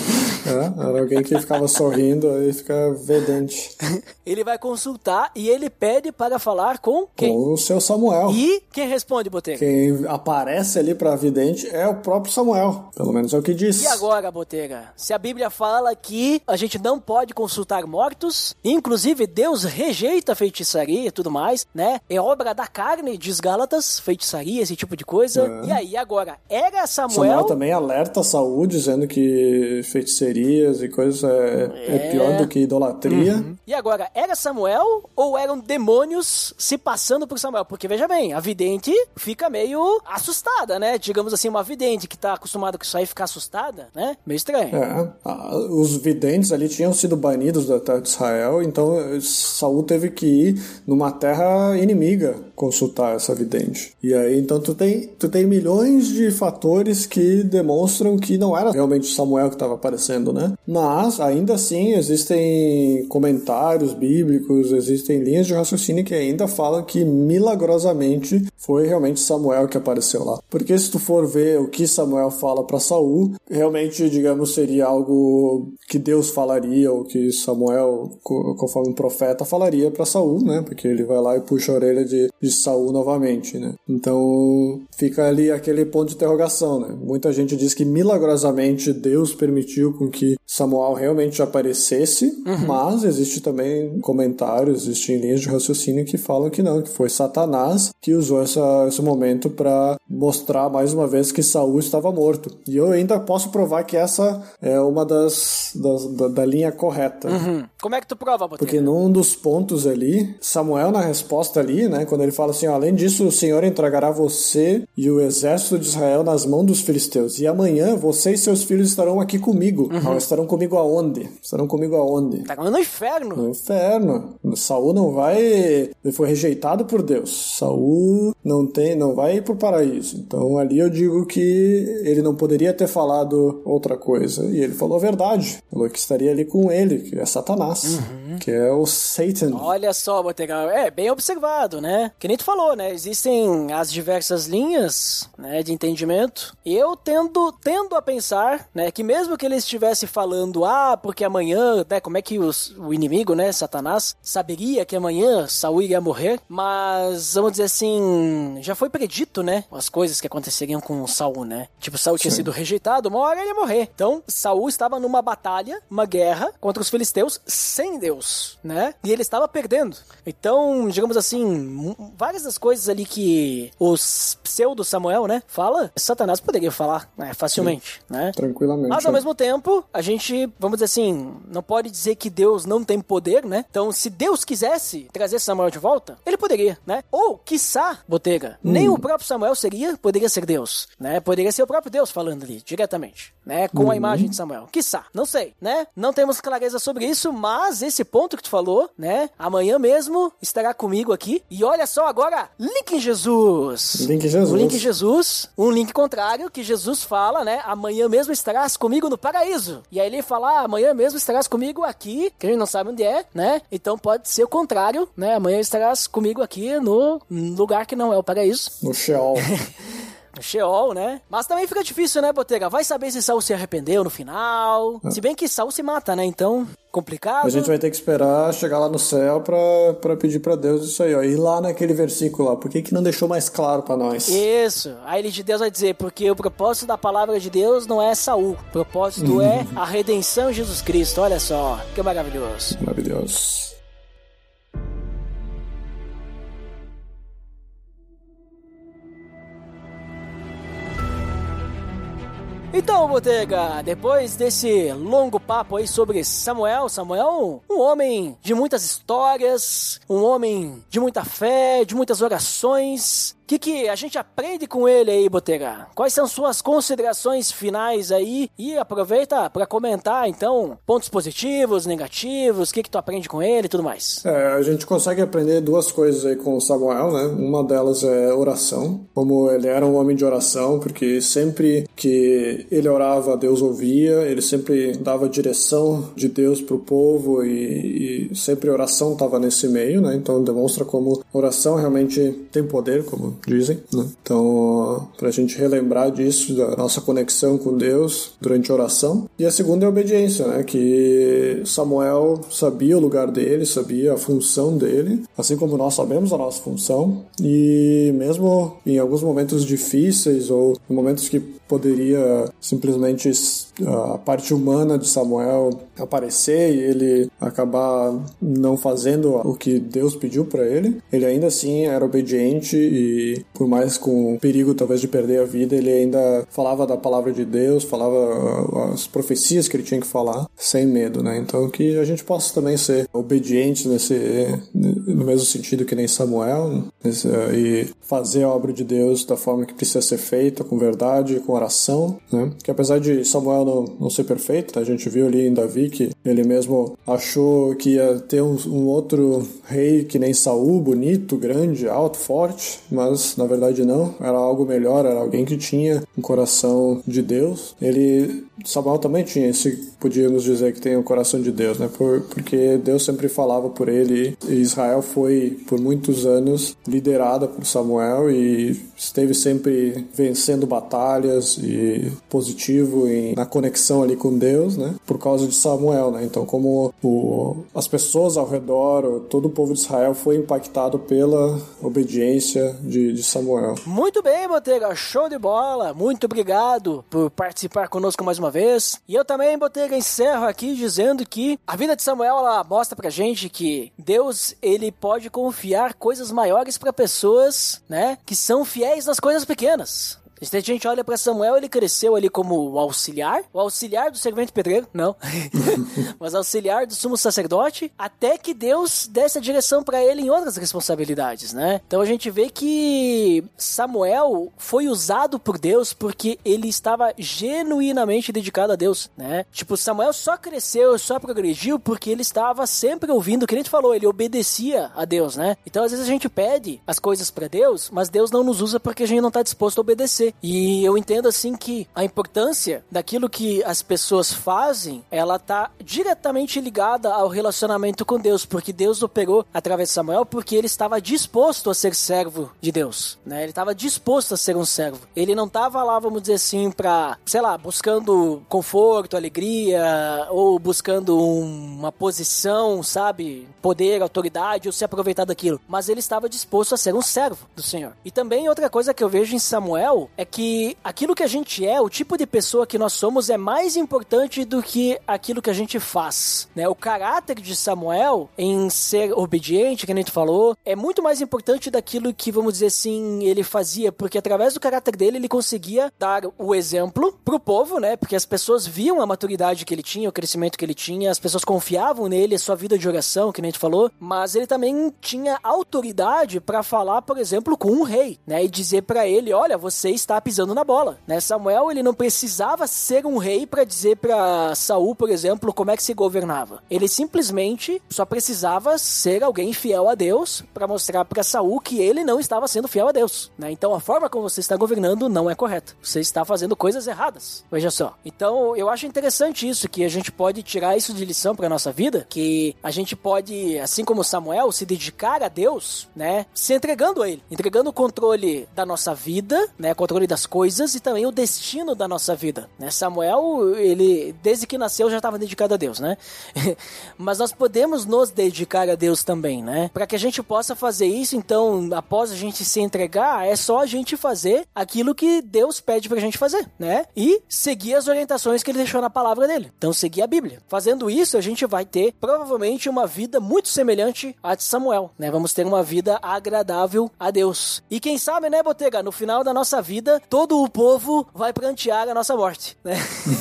É, era alguém que ficava sorrindo e fica vedente. Ele vai consultar e ele pede para falar com quem? Com o seu Samuel. E quem responde, Botega? Quem aparece ali para vidente é o próprio Samuel. Pelo menos é o que diz. E agora, Botega? Se a Bíblia fala que a gente não pode consultar mortos, inclusive Deus rejeita a feitiçaria e tudo mais, né? É obra da carne, diz Gálatas, feitiçaria, esse tipo de coisa. É. E aí, agora, era Samuel... Samuel também alerta Saul, dizendo que feiticerias e coisas é, é. é pior do que idolatria. Uhum. E agora, era Samuel ou eram demônios se passando por Samuel? Porque, veja bem, a vidente fica meio assustada, né? Digamos assim, uma vidente que tá acostumada com isso aí ficar assustada, né? Meio estranho. É, os videntes ali tinham sido banidos da terra de Israel, então Saul teve que ir numa terra inimiga consultar essa vidente. E aí, então, tu tem, tu tem milhões de fatores que demonstram que não era realmente Samuel que estava aparecendo, né? Mas, ainda assim, existem existem comentários bíblicos, existem linhas de raciocínio que ainda falam que milagrosamente foi realmente Samuel que apareceu lá. Porque se tu for ver o que Samuel fala para Saul, realmente, digamos, seria algo que Deus falaria, ou que Samuel, conforme um profeta, falaria para Saul, né? Porque ele vai lá e puxa a orelha de, de Saul novamente, né? Então, fica ali aquele ponto de interrogação, né? Muita gente diz que milagrosamente Deus permitiu com que Samuel realmente aparecesse, uhum. mas existe também comentários, existem linhas de raciocínio que falam que não, que foi Satanás que usou essa, esse momento para mostrar mais uma vez que Saul estava morto. E eu ainda posso provar que essa é uma das, das da, da linha correta. Uhum. Como é que tu prova, Botega? Porque num dos pontos ali, Samuel na resposta ali, né, quando ele fala assim, ó, além disso o Senhor entregará você e o exército de Israel nas mãos dos filisteus, e amanhã você e seus filhos estarão aqui comigo. Uhum. Ah, estarão comigo aonde? Estarão comigo aonde? Tá no inferno. No inferno. Saul não vai... Ele foi rejeitado por Deus. Saul não tem, não vai ir pro paraíso. Então ali eu digo que ele não poderia ter falado outra coisa. E ele falou a verdade. Falou que estaria ali com ele, que é Satanás. Uhum. Que é o Satan. Olha só, Botega. É, bem observado, né? Que nem tu falou, né? Existem as diversas linhas, né, de entendimento. E eu tendo, tendo a pensar, né, que mesmo que ele estivesse falando, ah, porque amanhã, né, como é que os, o inimigo, né, Satanás, saberia que amanhã Saul iria morrer, mas, vamos dizer assim, já foi predito, né, as coisas que aconteceriam com Saul, né? Tipo, Saul tinha Sim. sido rejeitado, uma hora ele ia morrer. Então, Saul estava numa batalha, uma guerra contra os filisteus sem Deus, né? E ele estava perdendo. Então, digamos assim, várias das coisas ali que os pseudo Samuel, né, fala, Satanás poderia falar, né, facilmente, Sim. né? Tranquilamente. Mas, ao mesmo tempo, a gente, vamos dizer assim, não pode dizer que Deus não tem poder, né? Então, se Deus quisesse trazer Samuel de volta, ele poderia, né? Ou, quiçá, Botega, hum. nem o próprio Samuel seria, poderia ser Deus, né? Poderia ser o próprio Deus falando ali, diretamente, né? Com uhum. a imagem de Samuel. Quiçá, não sei, né? Não temos clareza sobre isso, mas esse ponto que tu falou, né? Amanhã mesmo estará comigo aqui. E olha só agora, link em Jesus. Link em Jesus. O link em Jesus, um link contrário, que Jesus fala, né? Amanhã mesmo estarás comigo no paraíso. E aí ele fala, ah, amanhã mesmo estarás comigo aqui, que a gente não sabe onde é, né? Então pode ser o contrário, né? Amanhã estarás comigo aqui no lugar que não é o paraíso. No Sheol. Sheol, né? Mas também fica difícil, né, Botega? Vai saber se Saul se arrependeu no final. É. Se bem que Saul se mata, né? Então, complicado. A gente vai ter que esperar chegar lá no céu pra, pra pedir pra Deus isso aí, ó. E lá naquele versículo lá, por que que não deixou mais claro pra nós? Isso. Aí ele de Deus vai dizer, porque o propósito da palavra de Deus não é Saul. O propósito uhum. é a redenção em Jesus Cristo. Olha só, que maravilhoso. Maravilhoso. Então, Botega, depois desse longo papo aí sobre Samuel, Samuel, um homem de muitas histórias, um homem de muita fé, de muitas orações. O que, que a gente aprende com ele aí, Botega? Quais são suas considerações finais aí? E aproveita para comentar, então, pontos positivos, negativos, o que, que tu aprende com ele e tudo mais. É, a gente consegue aprender duas coisas aí com o Samuel, né? Uma delas é oração, como ele era um homem de oração, porque sempre que ele orava, Deus ouvia, ele sempre dava direção de Deus pro povo e, e sempre a oração estava nesse meio, né? Então demonstra como oração realmente tem poder, como dizem, né? Então, pra gente relembrar disso, da nossa conexão com Deus durante a oração. E a segunda é a obediência, né? Que Samuel sabia o lugar dele, sabia a função dele, assim como nós sabemos a nossa função. E mesmo em alguns momentos difíceis ou em momentos que poderia simplesmente a parte humana de Samuel aparecer e ele acabar não fazendo o que Deus pediu para ele, ele ainda assim era obediente e por mais com o perigo talvez de perder a vida, ele ainda falava da palavra de Deus, falava as profecias que ele tinha que falar sem medo, né? Então que a gente possa também ser obedientes nesse, no mesmo sentido que nem Samuel, nesse, e fazer a obra de Deus da forma que precisa ser feita, com verdade, com oração, né? Que apesar de Samuel não, não ser perfeito, tá? A gente viu ali em Davi que ele mesmo achou que ia ter um, um outro rei que nem Saul, bonito, grande, alto, forte, mas na verdade não, era algo melhor, era alguém que tinha um coração de Deus. Ele, Samuel também tinha esse, podíamos dizer que tem o coração de Deus, né? Por, porque Deus sempre falava por ele, e Israel foi por muitos anos liderada por Samuel e esteve sempre vencendo batalhas e positivo em, na conexão ali com Deus, né? Por causa de Samuel, né? Então, como o, as pessoas ao redor, todo o povo de Israel foi impactado pela obediência de, de Samuel. Muito bem, Botega, show de bola. Muito obrigado por participar conosco mais uma vez. E eu também, Botega, encerro aqui dizendo que a vida de Samuel, ela mostra pra gente que Deus, ele pode confiar coisas maiores pra pessoas, né, que são fiéis nas coisas pequenas. Se a gente olha para Samuel, ele cresceu ali como o auxiliar, o auxiliar do servente pedreiro, não, mas auxiliar do sumo sacerdote, até que Deus desse a direção para ele em outras responsabilidades, né? Então a gente vê que Samuel foi usado por Deus porque ele estava genuinamente dedicado a Deus, né? Tipo, Samuel só cresceu, só progrediu porque ele estava sempre ouvindo, o que a gente falou, ele obedecia a Deus, né? Então às vezes a gente pede as coisas para Deus, mas Deus não nos usa porque a gente não está disposto a obedecer. E eu entendo assim que a importância daquilo que as pessoas fazem, ela tá diretamente ligada ao relacionamento com Deus, porque Deus operou através de Samuel porque ele estava disposto a ser servo de Deus, né? Ele estava disposto a ser um servo. Ele não estava lá, vamos dizer assim, pra, sei lá, buscando conforto, alegria, ou buscando um, uma posição, sabe, poder, autoridade, ou se aproveitar daquilo. Mas ele estava disposto a ser um servo do Senhor. E também outra coisa que eu vejo em Samuel é que aquilo que a gente é, o tipo de pessoa que nós somos é mais importante do que aquilo que a gente faz, né? O caráter de Samuel em ser obediente, que a gente falou, é muito mais importante daquilo que, vamos dizer assim, ele fazia, porque através do caráter dele, ele conseguia dar o exemplo pro povo, né? Porque as pessoas viam a maturidade que ele tinha, o crescimento que ele tinha, as pessoas confiavam nele, a sua vida de oração, que a gente falou, mas ele também tinha autoridade para falar, por exemplo, com um rei, né? E dizer para ele, olha, você está pisando na bola, né? Samuel, ele não precisava ser um rei para dizer para Saul, por exemplo, como é que se governava. Ele simplesmente só precisava ser alguém fiel a Deus para mostrar para Saul que ele não estava sendo fiel a Deus, né? Então a forma como você está governando não é correta. Você está fazendo coisas erradas. Veja só. Então eu acho interessante isso, que a gente pode tirar isso de lição para nossa vida, que a gente pode, assim como Samuel, se dedicar a Deus, né? Se entregando a ele, entregando o controle da nossa vida, né? Controle das coisas e também o destino da nossa vida, né? Samuel, ele, desde que nasceu, já estava dedicado a Deus, né? Mas nós podemos nos dedicar a Deus também, né? Para que a gente possa fazer isso, então, após a gente se entregar, é só a gente fazer aquilo que Deus pede pra gente fazer, né? E seguir as orientações que ele deixou na palavra dele. Então, seguir a Bíblia. Fazendo isso, a gente vai ter, provavelmente, uma vida muito semelhante à de Samuel, né? Vamos ter uma vida agradável a Deus. E quem sabe, né, Botega, no final da nossa vida, todo o povo vai prantear a nossa morte, né?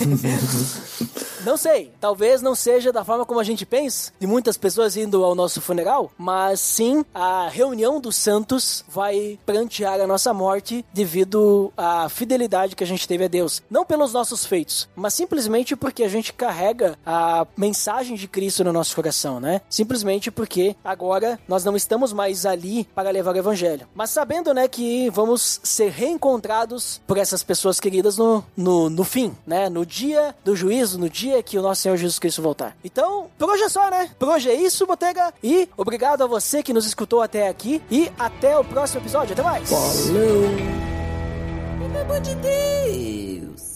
Não sei, talvez não seja da forma como a gente pensa, de muitas pessoas indo ao nosso funeral, mas sim, a reunião dos santos vai prantear a nossa morte devido à fidelidade que a gente teve a Deus. Não pelos nossos feitos, mas simplesmente porque a gente carrega a mensagem de Cristo no nosso coração, né? Simplesmente porque agora nós não estamos mais ali para levar o evangelho. Mas sabendo, né, que vamos ser reencontrados por essas pessoas queridas no, no, no fim, né? No dia do juízo, no dia que o nosso Senhor Jesus Cristo voltar. Então, por hoje é só, né? Por hoje é isso, Botega. E obrigado a você que nos escutou até aqui. E até o próximo episódio. Até mais. Valeu! Pelo amor de Deus!